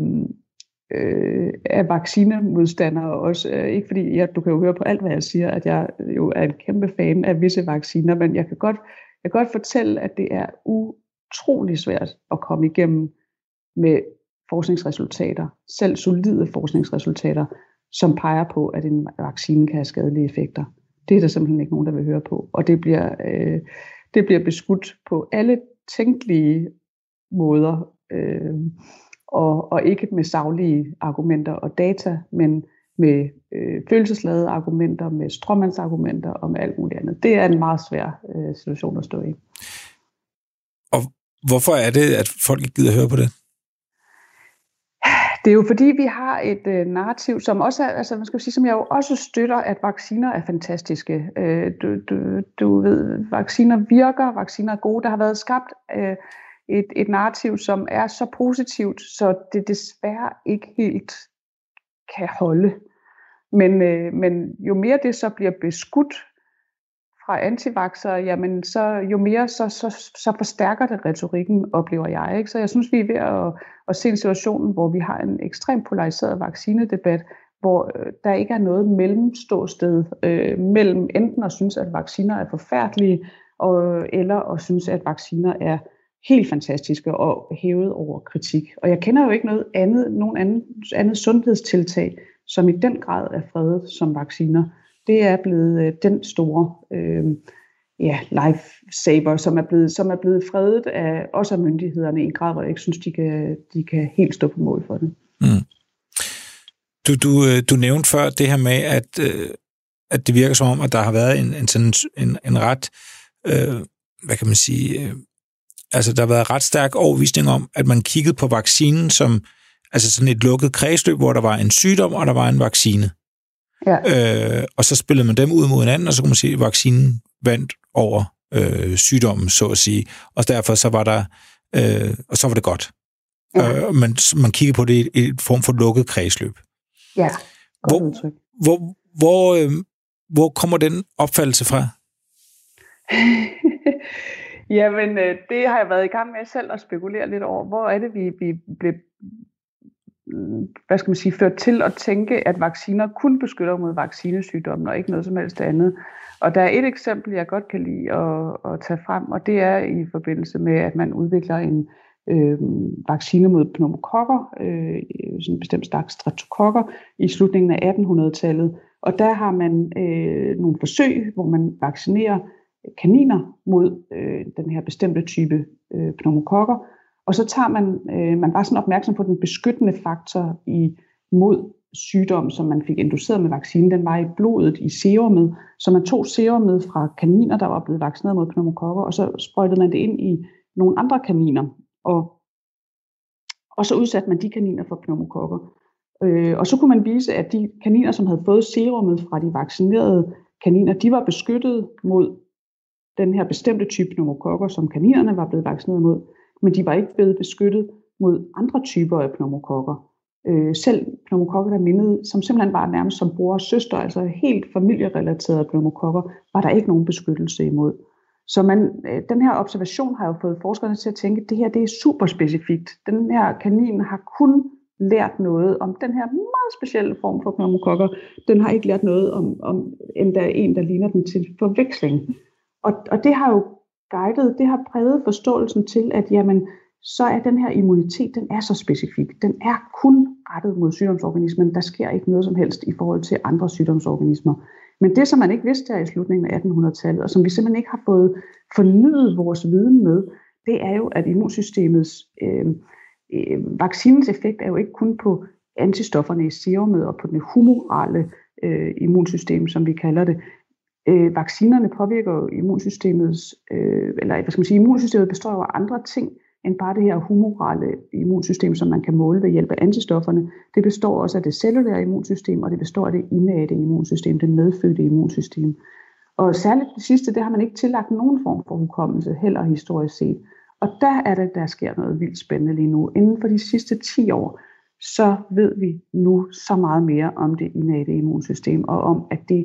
øh, er vaccinemodstandere også. Ikke fordi, ja, du kan jo høre på alt, hvad jeg siger, at jeg jo er en kæmpe fan af visse vacciner, men jeg kan godt, jeg kan godt fortælle, at det er utrolig svært at komme igennem med forskningsresultater, selv solide forskningsresultater, som peger på, at en vaccine kan have skadelige effekter. Det er der simpelthen ikke nogen, der vil høre på. Og det bliver, øh, det bliver beskudt på alle tænkelige måder, øh, og, og ikke med saglige argumenter og data, men med øh, følelsesladede argumenter, med stråmandsargumenter og med alt muligt andet. Det er en meget svær øh, situation at stå i. Og hvorfor er det, at folk ikke gider høre på det? Det er jo fordi, vi har et øh, narrativ, som også er, altså man skal sige, som jeg jo også støtter, at vacciner er fantastiske. Øh, du, du, du ved, vacciner virker, vacciner er gode. Der har været skabt øh, et, et narrativ, som er så positivt, så det desværre ikke helt kan holde. Men, øh, men jo mere det så bliver beskudt fra antivaxere, jamen så jo mere så, så, så forstærker det retorikken, oplever jeg. Ikke? Så jeg synes, vi er ved at, at se en situation, hvor vi har en ekstremt polariseret vaccinedebat, hvor øh, der ikke er noget mellemståsted øh, mellem enten at synes, at vacciner er forfærdelige, og, eller at synes, at vacciner er helt fantastiske og hævet over kritik. Og jeg kender jo ikke noget andet, nogen anden, andet sundhedstiltag, som i den grad er fredet som vacciner. Det er blevet øh, den store øh, ja, lifesaver, som er blevet, som er blevet fredet af også af myndighederne i en grad, hvor jeg ikke synes, de kan, de kan helt stå på mål for det. Mm. Du, du, du nævnte før det her med, at, øh, at det virker som om, at der har været en, en, sådan, en, en ret, øh, hvad kan man sige, øh, altså der har været ret stærk overbevisning om, at man kiggede på vaccinen som altså sådan et lukket kredsløb, hvor der var en sygdom, og der var en vaccine. Ja. Øh, og så spillede man dem ud mod hinanden, og så kunne man sige, at vaccinen vandt over øh, sygdommen, så at sige. Og derfor så var der, øh, og så var det godt. Ja. Øh, man, man kigger på det i en form for lukket kredsløb. Ja, hvor, hvor, hvor, øh, hvor kommer den opfattelse fra? Jamen, det har jeg været i gang med selv at spekulere lidt over. Hvor er det, vi, vi blev hvad skal man sige, ført til at tænke, at vacciner kun beskytter mod vaccinesygdommen, og ikke noget som helst andet. Og der er et eksempel, jeg godt kan lide at, at tage frem, og det er i forbindelse med, at man udvikler en øh, vaccine mod pneumokokker, øh, sådan en bestemt slags streptokokker, i slutningen af attenhundredetallet. Og der har man øh, nogle forsøg, hvor man vaccinerer kaniner mod øh, den her bestemte type øh, pneumokokker. Og så tager man, øh, man var sådan opmærksom på den beskyttende faktor i, mod sygdom, som man fik induceret med vaccinen. Den var i blodet, i serumet. Så man tog serumet fra kaniner, der var blevet vaccineret mod pneumokokker, og så sprøjtede man det ind i nogle andre kaniner. Og, og så udsatte man de kaniner for pneumokokker. Øh, og så kunne man vise, at de kaniner, som havde fået serumet fra de vaccinerede kaniner, de var beskyttet mod den her bestemte type pneumokokker, som kaninerne var blevet vaccineret mod, men de var ikke blevet beskyttet mod andre typer af pneumokokker. Øh, selv pneumokokker, der mindede, som simpelthen var nærmest som bror og søster, altså helt familierelaterede pneumokokker, var der ikke nogen beskyttelse imod. Så man, øh, den her observation har jo fået forskerne til at tænke, at det her det er super specifikt. Den her kanin har kun lært noget om den her meget specielle form for pneumokokker. Den har ikke lært noget om, om endda en, der ligner den til forveksling. Og, og det har jo guidet, det har præget forståelsen til, at jamen, så er den her immunitet, den er så specifik. Den er kun rettet mod sygdomsorganismen. Der sker ikke noget som helst i forhold til andre sygdomsorganismer. Men det, som man ikke vidste her i slutningen af attenhundredetallet, og som vi simpelthen ikke har fået fornyet vores viden med, det er jo, at immunsystemets øh, øh, vaccinens effekt er jo ikke kun på antistofferne i serumet og på det humorale øh, immunsystem, som vi kalder det. Øh, vaccinerne påvirker jo immunsystemets, øh, eller hvad skal man sige, immunsystemet består jo af andre ting, end bare det her humorale immunsystem, som man kan måle ved hjælp af antistofferne. Det består også af det cellulære immunsystem, og det består af det innate immunsystem, det medfødte immunsystem. Og særligt det sidste, det har man ikke tillagt nogen form for hukommelse, heller historisk set. Og der er det, der sker noget vildt spændende lige nu. Inden for de sidste ti år, så ved vi nu så meget mere om det innate immunsystem, og om, at det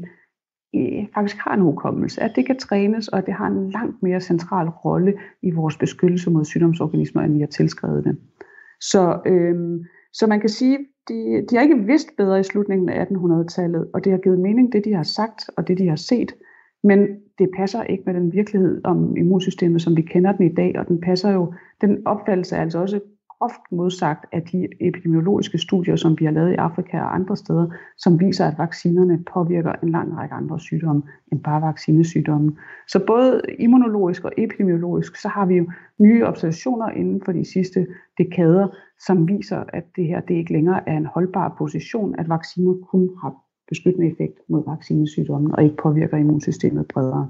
faktisk har en hukommelse, at det kan trænes, og at det har en langt mere central rolle i vores beskyttelse mod sygdomsorganismer, end vi har tilskrevet det. Så, øhm, så man kan sige, de, de har ikke vidst bedre i slutningen af attenhundredetallet, og det har givet mening, det de har sagt, og det de har set, men det passer ikke med den virkelighed om immunsystemet, som vi kender den i dag, og den passer jo, den opfattelse er altså også ofte modsagt af de epidemiologiske studier, som vi har lavet i Afrika og andre steder, som viser, at vaccinerne påvirker en lang række andre sygdomme end bare vaccinesygdomme. Så både immunologisk og epidemiologisk, så har vi jo nye observationer inden for de sidste dekader, som viser, at det her det ikke længere er en holdbar position, at vacciner kun har beskyttende effekt mod vaccinesygdomme og ikke påvirker immunsystemet bredere.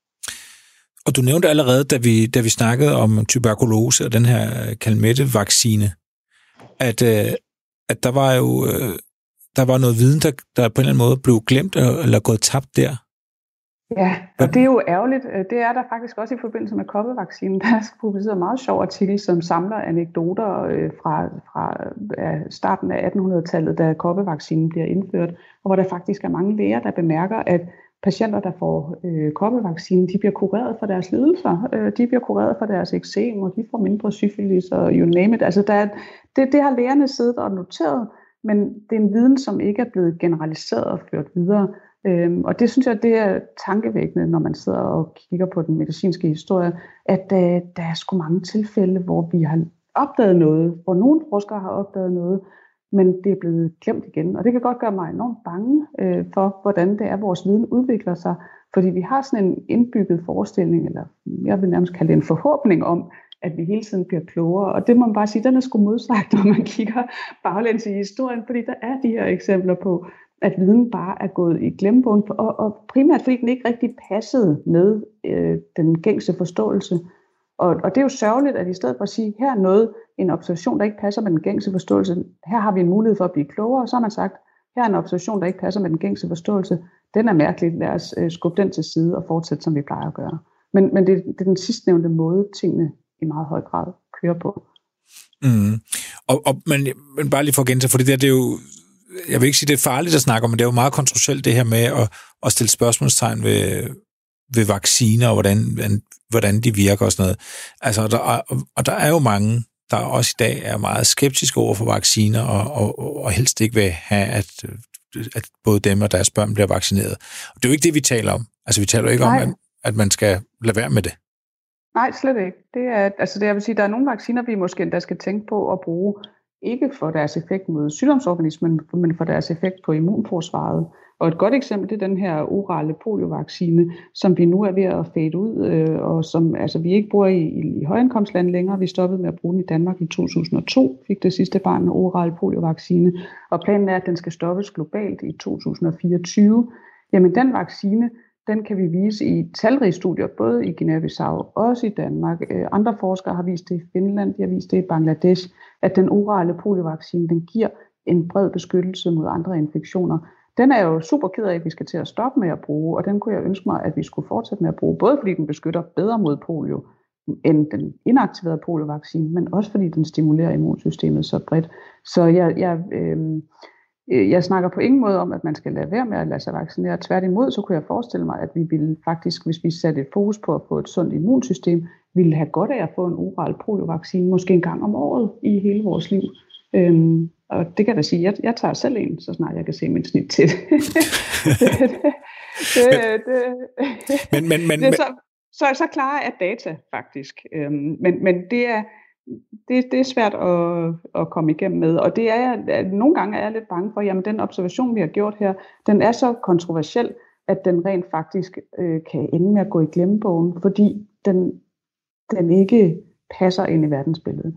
Og du nævnte allerede, da vi, da vi snakkede om tuberkulose og den her Calmette-vaccine, at, at der var jo der var noget viden, der, der på en eller anden måde blev glemt eller gået tabt der. Ja, og det er jo ærgerligt. Det er der faktisk også i forbindelse med koppevaccinen. Der er publiceret en meget sjov artikel, som samler anekdoter fra, fra starten af attenhundredetallet, da koppevaccinen bliver indført, og hvor der faktisk er mange læger, der bemærker, at patienter, der får øh, koppevaccinen, de bliver kureret for deres lidelser, øh, de bliver kureret for deres eksem, og de får mindre syfilis og you name it. Altså, der er, det, det har lægerne siddet og noteret, men det er en viden, som ikke er blevet generaliseret og ført videre. Øhm, og det synes jeg, det er tankevækkende, når man sidder og kigger på den medicinske historie, at øh, der er sgu mange tilfælde, hvor vi har opdaget noget, hvor nogle forskere har opdaget noget, men det er blevet glemt igen. Og det kan godt gøre mig enormt bange øh, for, hvordan det er, vores viden udvikler sig. Fordi vi har sådan en indbygget forestilling, eller jeg vil nærmest kalde det en forhåbning om, at vi hele tiden bliver klogere. Og det må man bare sige, den er sgu modsagt, når man kigger baglæns i historien, fordi der er de her eksempler på, at viden bare er gået i glemmebogen, og, og primært fordi den ikke rigtig passede med øh, den gængse forståelse. Og, og det er jo sørgeligt, at i stedet for at sige, her er noget, en observation, der ikke passer med den gængse forståelse, her har vi en mulighed for at blive klogere, og så har man sagt, her er en observation, der ikke passer med den gængse forståelse, den er mærkelig, lad os øh, skubbe den til side og fortsætte, som vi plejer at gøre. Men, men det, det er den sidstnævnte måde, tingene i meget høj grad kører på. Mm. Og, og, men, men bare lige for at gentage, for det der, det er jo, jeg vil ikke sige, det er farligt at snakke om, men det er jo meget kontroversielt det her med at, at stille spørgsmålstegn ved, ved vacciner, og hvordan, hvordan de virker og sådan noget. Altså, der er, og der er jo mange, der også i dag er meget skeptiske over for vacciner, og, og, og helst ikke vil have, at, at både dem og deres børn bliver vaccineret. Og det er jo ikke det, vi taler om. Altså, vi taler jo ikke Nej. om, at, at man skal lade være med det. Nej, slet ikke. Det er, altså det, jeg vil sige, der er nogle vacciner, vi måske endda skal tænke på at bruge, ikke for deres effekt mod sygdomsorganismen, men for deres effekt på immunforsvaret. Og et godt eksempel, det er den her orale poliovaccine, som vi nu er ved at fade ud, øh, og som altså, vi ikke bruger i, i, i højindkomstlande længere. Vi stoppede med at bruge den i Danmark i to tusind og to, fik det sidste barn med oral poliovaccine, og planen er, at den skal stoppes globalt i to tusind og fireogtyve. Jamen den vaccine, den kan vi vise i talrige studier, både i Guinea-Bissau, også i Danmark. Andre forskere har vist det i Finland, de har vist det i Bangladesh, at den orale poliovaccine, den giver en bred beskyttelse mod andre infektioner. Den er jo super ked af, at vi skal til at stoppe med at bruge, og den kunne jeg ønske mig, at vi skulle fortsætte med at bruge, både fordi den beskytter bedre mod polio end den inaktiverede poliovaccine, men også fordi den stimulerer immunsystemet så bredt. Så jeg... jeg øh, Jeg snakker på ingen måde om, at man skal lade være med at lade sig vaccinere. Tværtimod, så kunne jeg forestille mig, at vi ville faktisk, hvis vi satte et fokus på at få et sundt immunsystem, ville have godt af at få en oral poliovaccine, måske en gang om året i hele vores liv. Øhm, og det kan jeg da sige, jeg, jeg tager selv en, så snart jeg kan se min snit til det. det, det, det, men, men, men, det så, så, så klarer jeg data, faktisk. Øhm, men, men det er... Det, det er svært at, at komme igennem med, og det er jeg, nogle gange er jeg lidt bange for, jamen den observation, vi har gjort her, den er så kontroversiel, at den rent faktisk øh, kan ende med at gå i glemmebogen, fordi den, den ikke passer ind i verdensbilledet.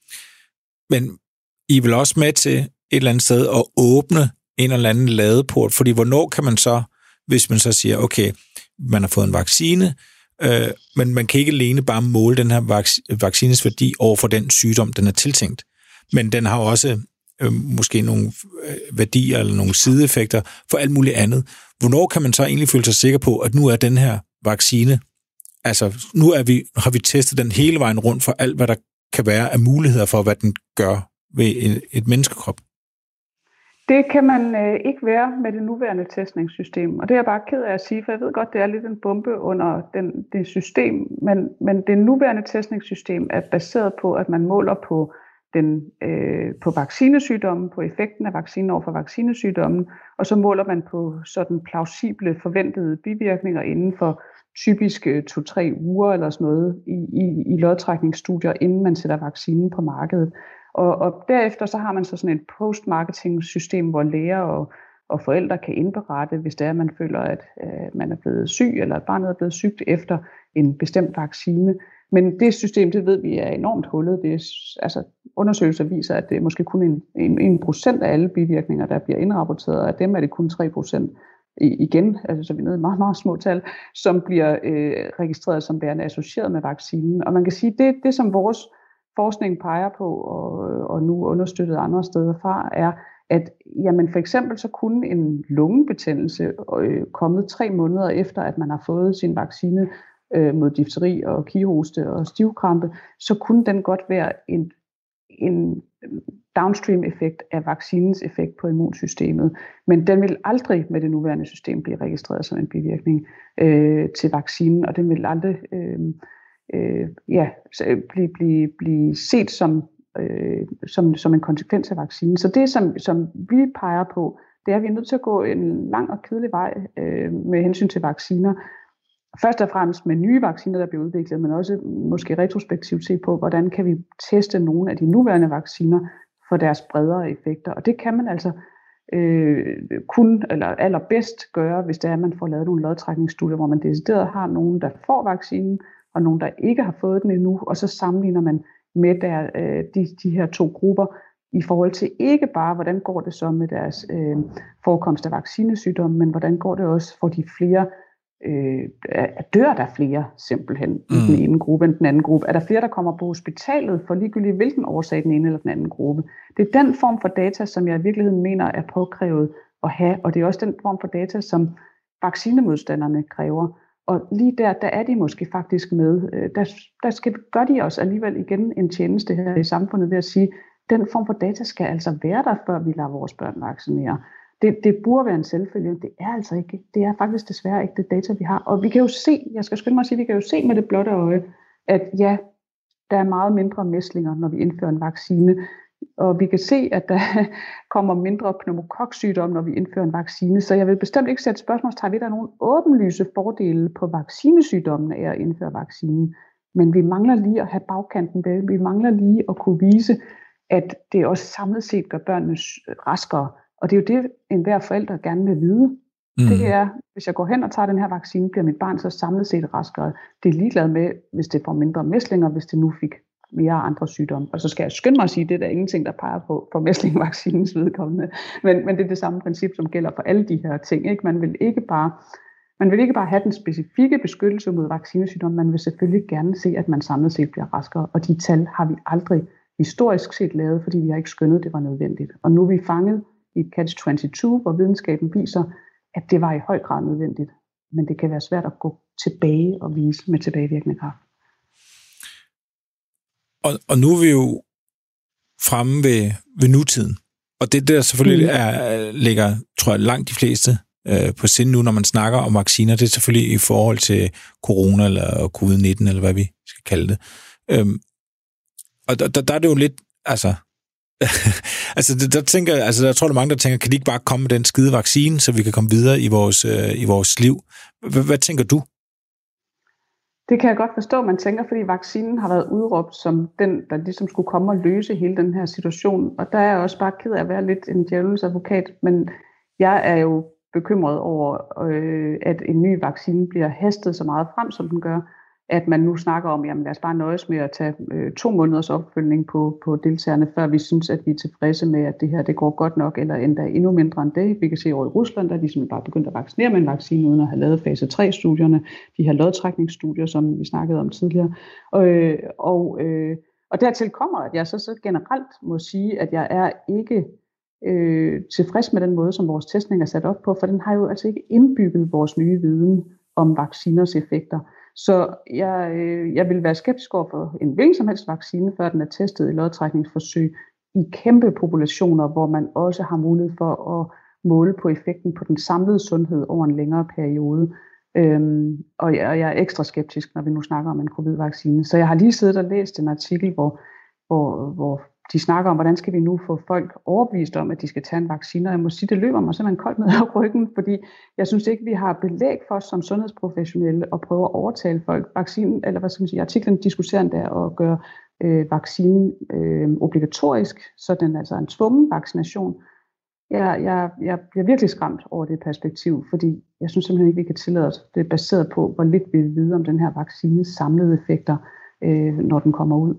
Men I er vel også med til et eller andet sted at åbne en eller anden ladeport, fordi hvornår kan man så, hvis man så siger, okay, man har fået en vaccine, Øh, men man kan ikke alene bare måle den her vac- vaccines værdi over for den sygdom, den er tiltænkt. Men den har også øh, måske nogle øh, værdier eller nogle sideeffekter for alt muligt andet. Hvornår kan man så egentlig føle sig sikker på, at nu er den her vaccine, altså nu er vi, har vi testet den hele vejen rundt for alt, hvad der kan være af muligheder for, hvad den gør ved et, et menneskekrop? Det kan man øh, ikke være med det nuværende testningssystem, og det er jeg bare ked af at sige, for jeg ved godt, det er lidt en bombe under den, det system, men, men det nuværende testningssystem er baseret på, at man måler på, den, øh, på vaccinesygdommen, på effekten af vaccinen over for vaccinesygdommen, og så måler man på sådan plausible forventede bivirkninger inden for typisk to-tre uger eller sådan noget i, i, i lodtrækningsstudier, inden man sætter vaccinen på markedet. Og, og derefter så har man så sådan et post-marketing-system, hvor læger og, og forældre kan indberette, hvis det er, at man føler, at øh, man er blevet syg, eller at barnet er blevet sygt efter en bestemt vaccine. Men det system, det ved vi, er enormt hullet. Det er, altså, undersøgelser viser, at det er måske kun en, en, en procent af alle bivirkninger, der bliver indrapporteret, og af dem er det kun tre procent igen, altså så vi er nede i meget, meget små tal, som bliver øh, registreret som værende associeret med vaccinen. Og man kan sige, det det, som vores forskning peger på, og, og nu understøttet andre steder fra, er, at jamen for eksempel så kunne en lungebetændelse øh, komme tre måneder efter, at man har fået sin vaccine øh, mod difteri og kihoste og stivkrampe, så kunne den godt være en, en downstream-effekt af vaccinens effekt på immunsystemet. Men den vil aldrig med det nuværende system blive registreret som en bivirkning øh, til vaccinen, og den vil aldrig øh, øh, ja, blive, blive, blive set som, øh, som, som en konsekvens af vaccinen. Så det, som, som vi peger på, det er, at vi er nødt til at gå en lang og kedelig vej øh, med hensyn til vacciner. Først og fremmest med nye vacciner, der bliver udviklet, men også måske retrospektivt se på, hvordan kan vi teste nogle af de nuværende vacciner for deres bredere effekter. Og det kan man altså øh, kun eller allerbedst gøre, hvis det er, at man får lavet nogle lodtrækningsstudier, hvor man decideret har nogen, der får vaccinen, og nogen, der ikke har fået den endnu, og så sammenligner man med der, øh, de, de her to grupper i forhold til ikke bare, hvordan går det så med deres øh, forekomst af vaccinesygdomme, men hvordan går det også for de flere Øh, dør der flere simpelthen mm. i den ene gruppe end den anden gruppe? Er der flere, der kommer på hospitalet for ligegyldigt hvilken årsag den ene eller den anden gruppe? Det er den form for data, som jeg i virkeligheden mener er påkrævet at have, og det er også den form for data, som vaccinemodstanderne kræver. Og lige der, der er de måske faktisk med. Der, der skal, gør de os alligevel igen en tjeneste her i samfundet ved at sige, den form for data skal altså være der, før vi lader vores børn vaccinere. Det, det burde være en selvfølge. Det er altså ikke. Det er faktisk desværre ikke det data, vi har. Og vi kan jo se, jeg skal skynde mig at sige, vi kan jo se med det blotte øje, at ja, der er meget mindre mæslinger, når vi indfører en vaccine. Og vi kan se, at der kommer mindre pneumokoksygdom, når vi indfører en vaccine. Så jeg vil bestemt ikke sætte spørgsmålstegn ved, at der er nogle åbenlyse fordele på vaccinesygdommen af at indføre vaccinen. Men vi mangler lige at have bagkanten med. Vi mangler lige at kunne vise, at det også samlet set gør børnene raskere. Og det er jo det, enhver forælder gerne vil vide. Mm. Det er, hvis jeg går hen og tager den her vaccine, bliver mit barn så samlet set raskere. Det er ligeglad med, hvis det får mindre mæslinger, hvis det nu fik mere andre sygdomme. Og så skal jeg skynde mig at sige, at det er der ingenting, der peger på for mæslingvaccinens vedkommende. Men, men det er det samme princip, som gælder for alle de her ting. Ikke? Man vil ikke bare, man vil ikke bare have den specifikke beskyttelse mod vaccinesygdomme, man vil selvfølgelig gerne se, at man samlet set bliver raskere. Og de tal har vi aldrig historisk set lavet, fordi vi har ikke skønnet, at det var nødvendigt. Og nu er vi fanget i et catch twenty-two, hvor videnskaben viser, at det var i høj grad nødvendigt. Men det kan være svært at gå tilbage og vise med tilbagevirkende kraft. Og, og nu er vi jo fremme ved, ved nutiden. Og det der selvfølgelig er, ligger, tror jeg, langt de fleste øh, på sinde nu, når man snakker om vacciner, det er selvfølgelig i forhold til corona eller covid nitten, eller hvad vi skal kalde det. Øhm, og der, der er det jo lidt, altså, altså der, der tænker, altså der tror jeg, mange, der tænker, kan de ikke bare komme med den skide vaccine, så vi kan komme videre i vores, øh, i vores liv? H- hvad tænker du? Det kan jeg godt forstå, man tænker, fordi vaccinen har været udråbt som den, der ligesom skulle komme og løse hele den her situation. Og der er jeg også bare ked af at være lidt en djævelens advokat, men jeg er jo bekymret over, øh, at en ny vaccine bliver hastet så meget frem, som den gør, at man nu snakker om, jamen lad os bare nøjes med at tage øh, to måneders opfølgning på, på deltagerne, før vi synes, at vi er tilfredse med, at det her det går godt nok, eller endda endnu mindre end det. Vi kan se over i Rusland, der er de simpelthen bare begyndt at vaccinere med en vaccine, uden at have lavet fase tre-studierne, de her lodtrækningsstudier, som vi snakkede om tidligere. Og, øh, og, øh, og dertil kommer, at jeg så, så generelt må sige, at jeg er ikke øh, tilfreds med den måde, som vores testning er sat op på, for den har jo altså ikke indbygget vores nye viden om vacciners effekter. Så jeg, øh, jeg vil være skeptisk over for en hvilken som helst vaccine, før den er testet i lodtrækningsforsøg i kæmpe populationer, hvor man også har mulighed for at måle på effekten på den samlede sundhed over en længere periode. Øhm, og jeg, jeg er ekstra skeptisk, når vi nu snakker om en covid-vaccine. Så jeg har lige siddet og læst en artikel, hvor, hvor, hvor de snakker om, hvordan skal vi nu få folk overbevist om, at de skal tage en vaccine. Og jeg må sige, det løber mig simpelthen koldt ned ad ryggen, fordi jeg synes ikke, vi har belæg for som sundhedsprofessionelle at prøve at overtale folk. Vaccinen, eller hvad skal man sige, artiklen diskuterer der og gøre øh, vaccinen øh, obligatorisk, så den er altså en tvungen vaccination. Jeg, jeg, jeg bliver virkelig skræmt over det perspektiv, fordi jeg synes simpelthen ikke, vi kan tillade os. Det er baseret på, hvor lidt vi ved om den her vaccines samlede effekter, øh, når den kommer ud.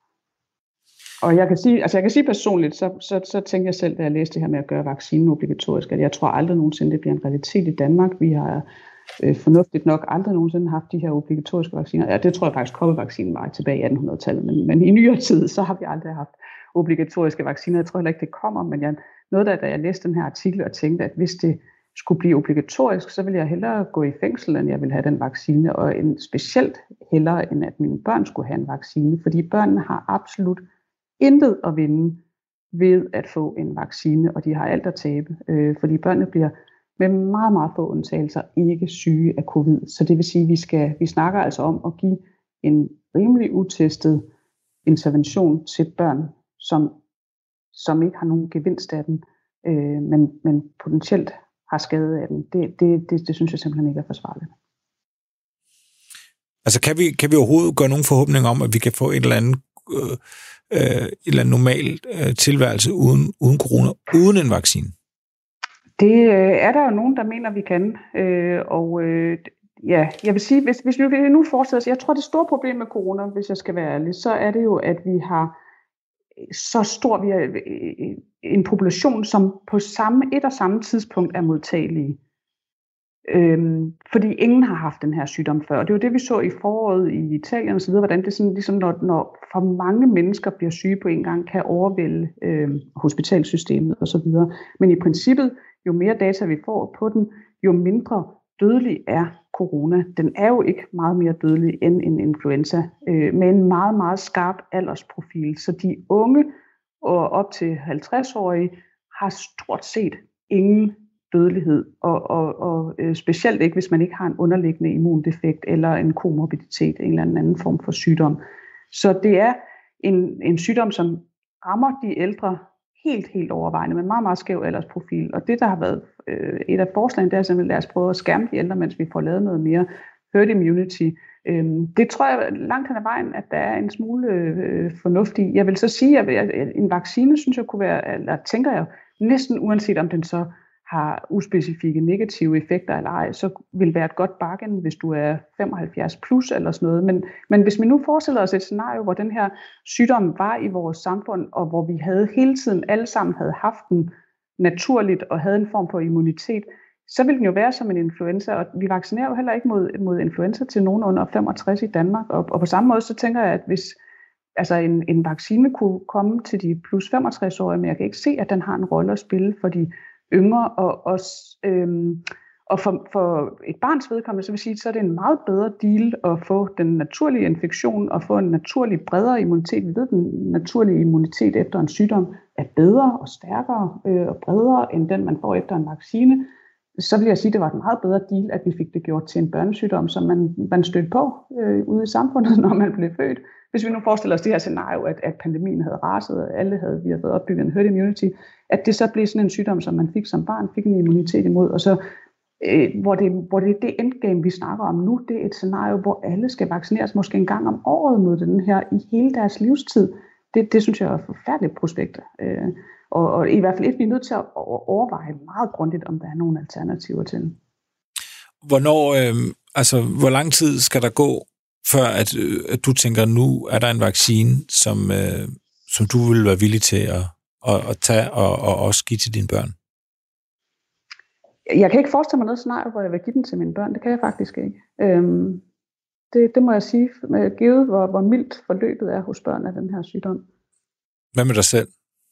Og jeg kan sige, altså jeg kan sige personligt, så, så, så tænker jeg selv, da jeg læste det her med at gøre vaccinen obligatorisk, at jeg tror aldrig nogensinde, det bliver en realitet i Danmark. Vi har øh, fornuftigt nok aldrig nogensinde haft de her obligatoriske vacciner. Ja, det tror jeg faktisk, koppevaccinen var tilbage i attenhundredetallet, men, men i nyere tid, så har vi aldrig haft obligatoriske vacciner. Jeg tror heller ikke, det kommer, men jeg, noget der, da jeg læste den her artikel og tænkte, at hvis det skulle blive obligatorisk, så ville jeg hellere gå i fængsel, end jeg ville have den vaccine, og en, specielt hellere, end at mine børn skulle have en vaccine, fordi børnene har absolut intet at vinde ved at få en vaccine, og de har alt at tabe, øh, fordi børnene bliver med meget, meget få undtagelser ikke syge af covid. Så det vil sige, at vi, skal, vi snakker altså om at give en rimelig utestet intervention til børn, som, som ikke har nogen gevinst af den, øh, men, men potentielt har skade af den. Det, det, det, det synes jeg simpelthen ikke er forsvarligt. Altså kan vi, kan vi overhovedet gøre nogen forhåbning om, at vi kan få et eller andet øh, øh, et eller andet normal øh, tilværelse uden, uden corona, uden en vaccine? Det øh, er der jo nogen, der mener, vi kan. Øh, og øh, ja, jeg vil sige, hvis, hvis vi nu fortsætter, jeg tror, det store problem med corona, hvis jeg skal være ærlig, så er det jo, at vi har så stor vi er, en population, som på samme et og samme tidspunkt er modtagelige. Øhm, fordi ingen har haft den her sygdom før. Og det var det, vi så i foråret i Italien og så videre, hvordan det sådan, ligesom når, når for mange mennesker bliver syge på en gang, kan overvælde øh, hospitalsystemet og så videre. Men i princippet, jo mere data vi får på den, jo mindre dødelig er corona. Den er jo ikke meget mere dødelig end en influenza, øh, med en meget, meget skarp aldersprofil. Så de unge og op til halvtreds-årige har stort set ingen dødelighed, og, og, og øh, specielt ikke, hvis man ikke har en underliggende immundefekt eller en komorbiditet, en eller anden form for sygdom. Så det er en, en sygdom, som rammer de ældre helt, helt overvejende, med meget, meget skæv aldersprofil. Og det, der har været øh, et af forslagene, det er simpelthen, lad os prøve at skærme de ældre, mens vi får lavet noget mere herd immunity. Øhm, det tror jeg langt hen ad vejen, at der er en smule øh, fornuft i. Jeg vil så sige, at en vaccine, synes jeg kunne være, eller tænker jeg, næsten uanset om den så har uspecifikke negative effekter eller ej, så vil være et godt bargain, hvis du er femoghalvfjerds plus eller sådan noget. Men, men hvis vi nu forestiller os et scenario, hvor den her sygdom var i vores samfund, og hvor vi havde hele tiden alle sammen havde haft den naturligt og havde en form for immunitet, så vil den jo være som en influenza, og vi vaccinerer jo heller ikke mod, mod influenza til nogen under femogtres i Danmark. Og, og på samme måde, så tænker jeg, at hvis altså en, en vaccine kunne komme til de plus femogtres-årige, men jeg kan ikke se, at den har en rolle at spille for de yngre, og, også, øhm, og for, for et barns vedkommende, så vil sige, så er det en meget bedre deal at få den naturlige infektion og få en naturlig bredere immunitet. Vi ved, at den naturlige immunitet efter en sygdom er bedre og stærkere øh, og bredere end den, man får efter en vaccine. Så vil jeg sige, at det var et meget bedre deal, at vi fik det gjort til en børnesygdom, som man, man stødte på øh, ude i samfundet, når man blev født. Hvis vi nu forestiller os det her scenario, at, at pandemien havde raset, og alle havde, vi havde fået opbygget en herd immunity, at det så blev sådan en sygdom, som man fik som barn, fik en immunitet imod, og så øh, hvor, det, hvor det er det endgame, vi snakker om nu, det er et scenario, hvor alle skal vaccineres måske en gang om året mod den her i hele deres livstid. Det, det synes jeg er et forfærdeligt prospekt. Øh, og, og i hvert fald et, vi er nødt til at overveje meget grundigt, om der er nogle alternativer til. Hvornår, øh, altså, hvor lang tid skal der gå, før at, at du tænker, nu er der en vaccine, som, øh, som du vil være villig til at, at, at tage og, og også give til dine børn? Jeg kan ikke forestille mig noget scenario, hvor jeg vil give den til mine børn. Det kan jeg faktisk ikke. Øhm, det, det må jeg sige, givet hvor, hvor mildt forløbet er hos børn af den her sygdom. Hvad med dig selv?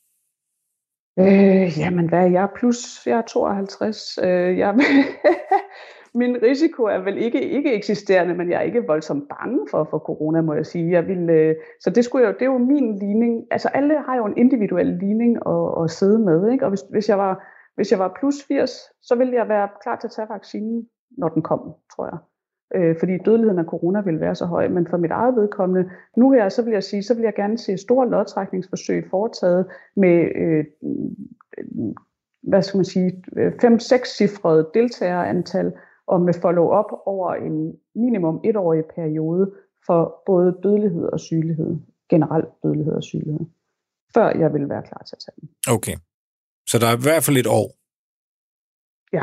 Øh, jamen, hvad er jeg? Plus, jeg er tooghalvtreds. Øh, jeg Min risiko er vel ikke, ikke eksisterende, men jeg er ikke voldsomt bange for, for corona, må jeg sige. Jeg vil, øh, så det, skulle jeg, det er jo min ligning. Altså alle har jo en individuel ligning at, at sidde med, ikke? Og hvis, hvis, jeg var, hvis jeg var plus firs, så ville jeg være klar til at tage vaccinen, når den kom, tror jeg. Øh, fordi dødeligheden af corona vil være så høj. Men for mit eget vedkommende, nu her, så vil jeg sige, så vil jeg gerne se store lodtrækningsforsøg foretaget med øh, hvad skal man sige, fem-seks cifrede deltagerantal, og med follow-up over en minimum etårig periode for både dødelighed og sygelighed, generelt dødelighed og sygelighed, før jeg vil være klar til at tage den. Okay, så der er i hvert fald et år? Ja.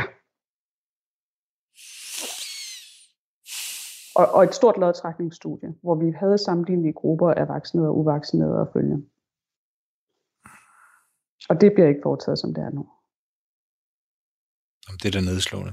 Og, og et stort lodtrækningsstudie, hvor vi havde sammenlignelige grupper af vaccinerede og uvaccinerede at følge. Og det bliver ikke foretaget, som det er nu. Jamen, det er da nedslående.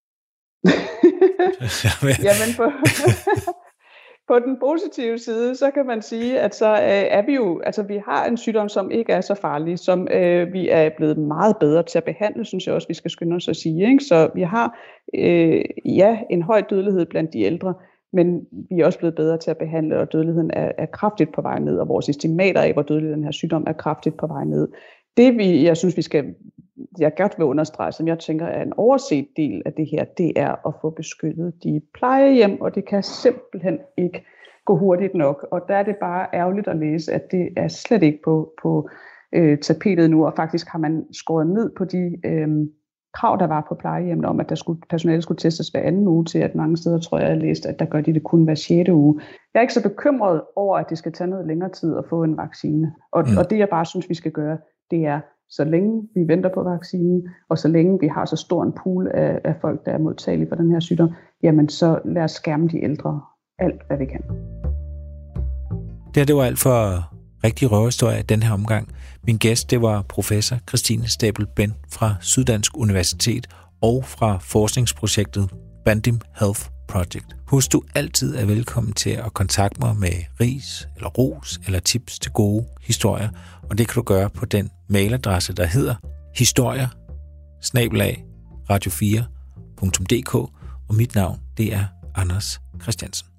Jamen på, på den positive side, så kan man sige, at så øh, er vi jo, altså vi har en sygdom, som ikke er så farlig, som øh, vi er blevet meget bedre til at behandle, synes jeg også, vi skal skynde os at sige. Ikke? Så vi har øh, ja en høj dødelighed blandt de ældre, men vi er også blevet bedre til at behandle, og dødeligheden er, er kraftigt på vej ned, og vores estimater af, hvor dødelig den her sygdom er kraftigt på vej ned. Det vi, jeg synes, vi skal, jeg godt vil understrege, som jeg tænker er en overset del af det her, det er at få beskyttet de plejehjem, og det kan simpelthen ikke gå hurtigt nok. Og der er det bare ærgerligt at læse, at det er slet ikke på, på øh, tapetet nu, og faktisk har man skåret ned på de øh, krav, der var på plejehjemmene om, at der skulle, personale skulle testes hver anden uge, til at mange steder, tror jeg, jeg har læst, at der gør de det kun hver sjette uge. Jeg er ikke så bekymret over, at det skal tage noget længere tid at få en vaccine. Og, mm. og det, jeg bare synes, vi skal gøre, det er, så længe vi venter på vaccinen, og så længe vi har så stor en pool af, af folk, der er modtagelige for den her sygdom, jamen så lad os skærme de ældre alt, hvad vi kan. Det her, det var alt for rigtig røverhistorie den her omgang. Min gæst, det var professor Christine Stabel-Benn fra Syddansk Universitet og fra forskningsprojektet Bandim Health Project. Husk, du altid er velkommen til at kontakte mig med ris eller ros eller tips til gode historier, og det kan du gøre på den mailadresse, der hedder historier snabel-a radio fire punktum d k, og mit navn, det er Anders Christiansen.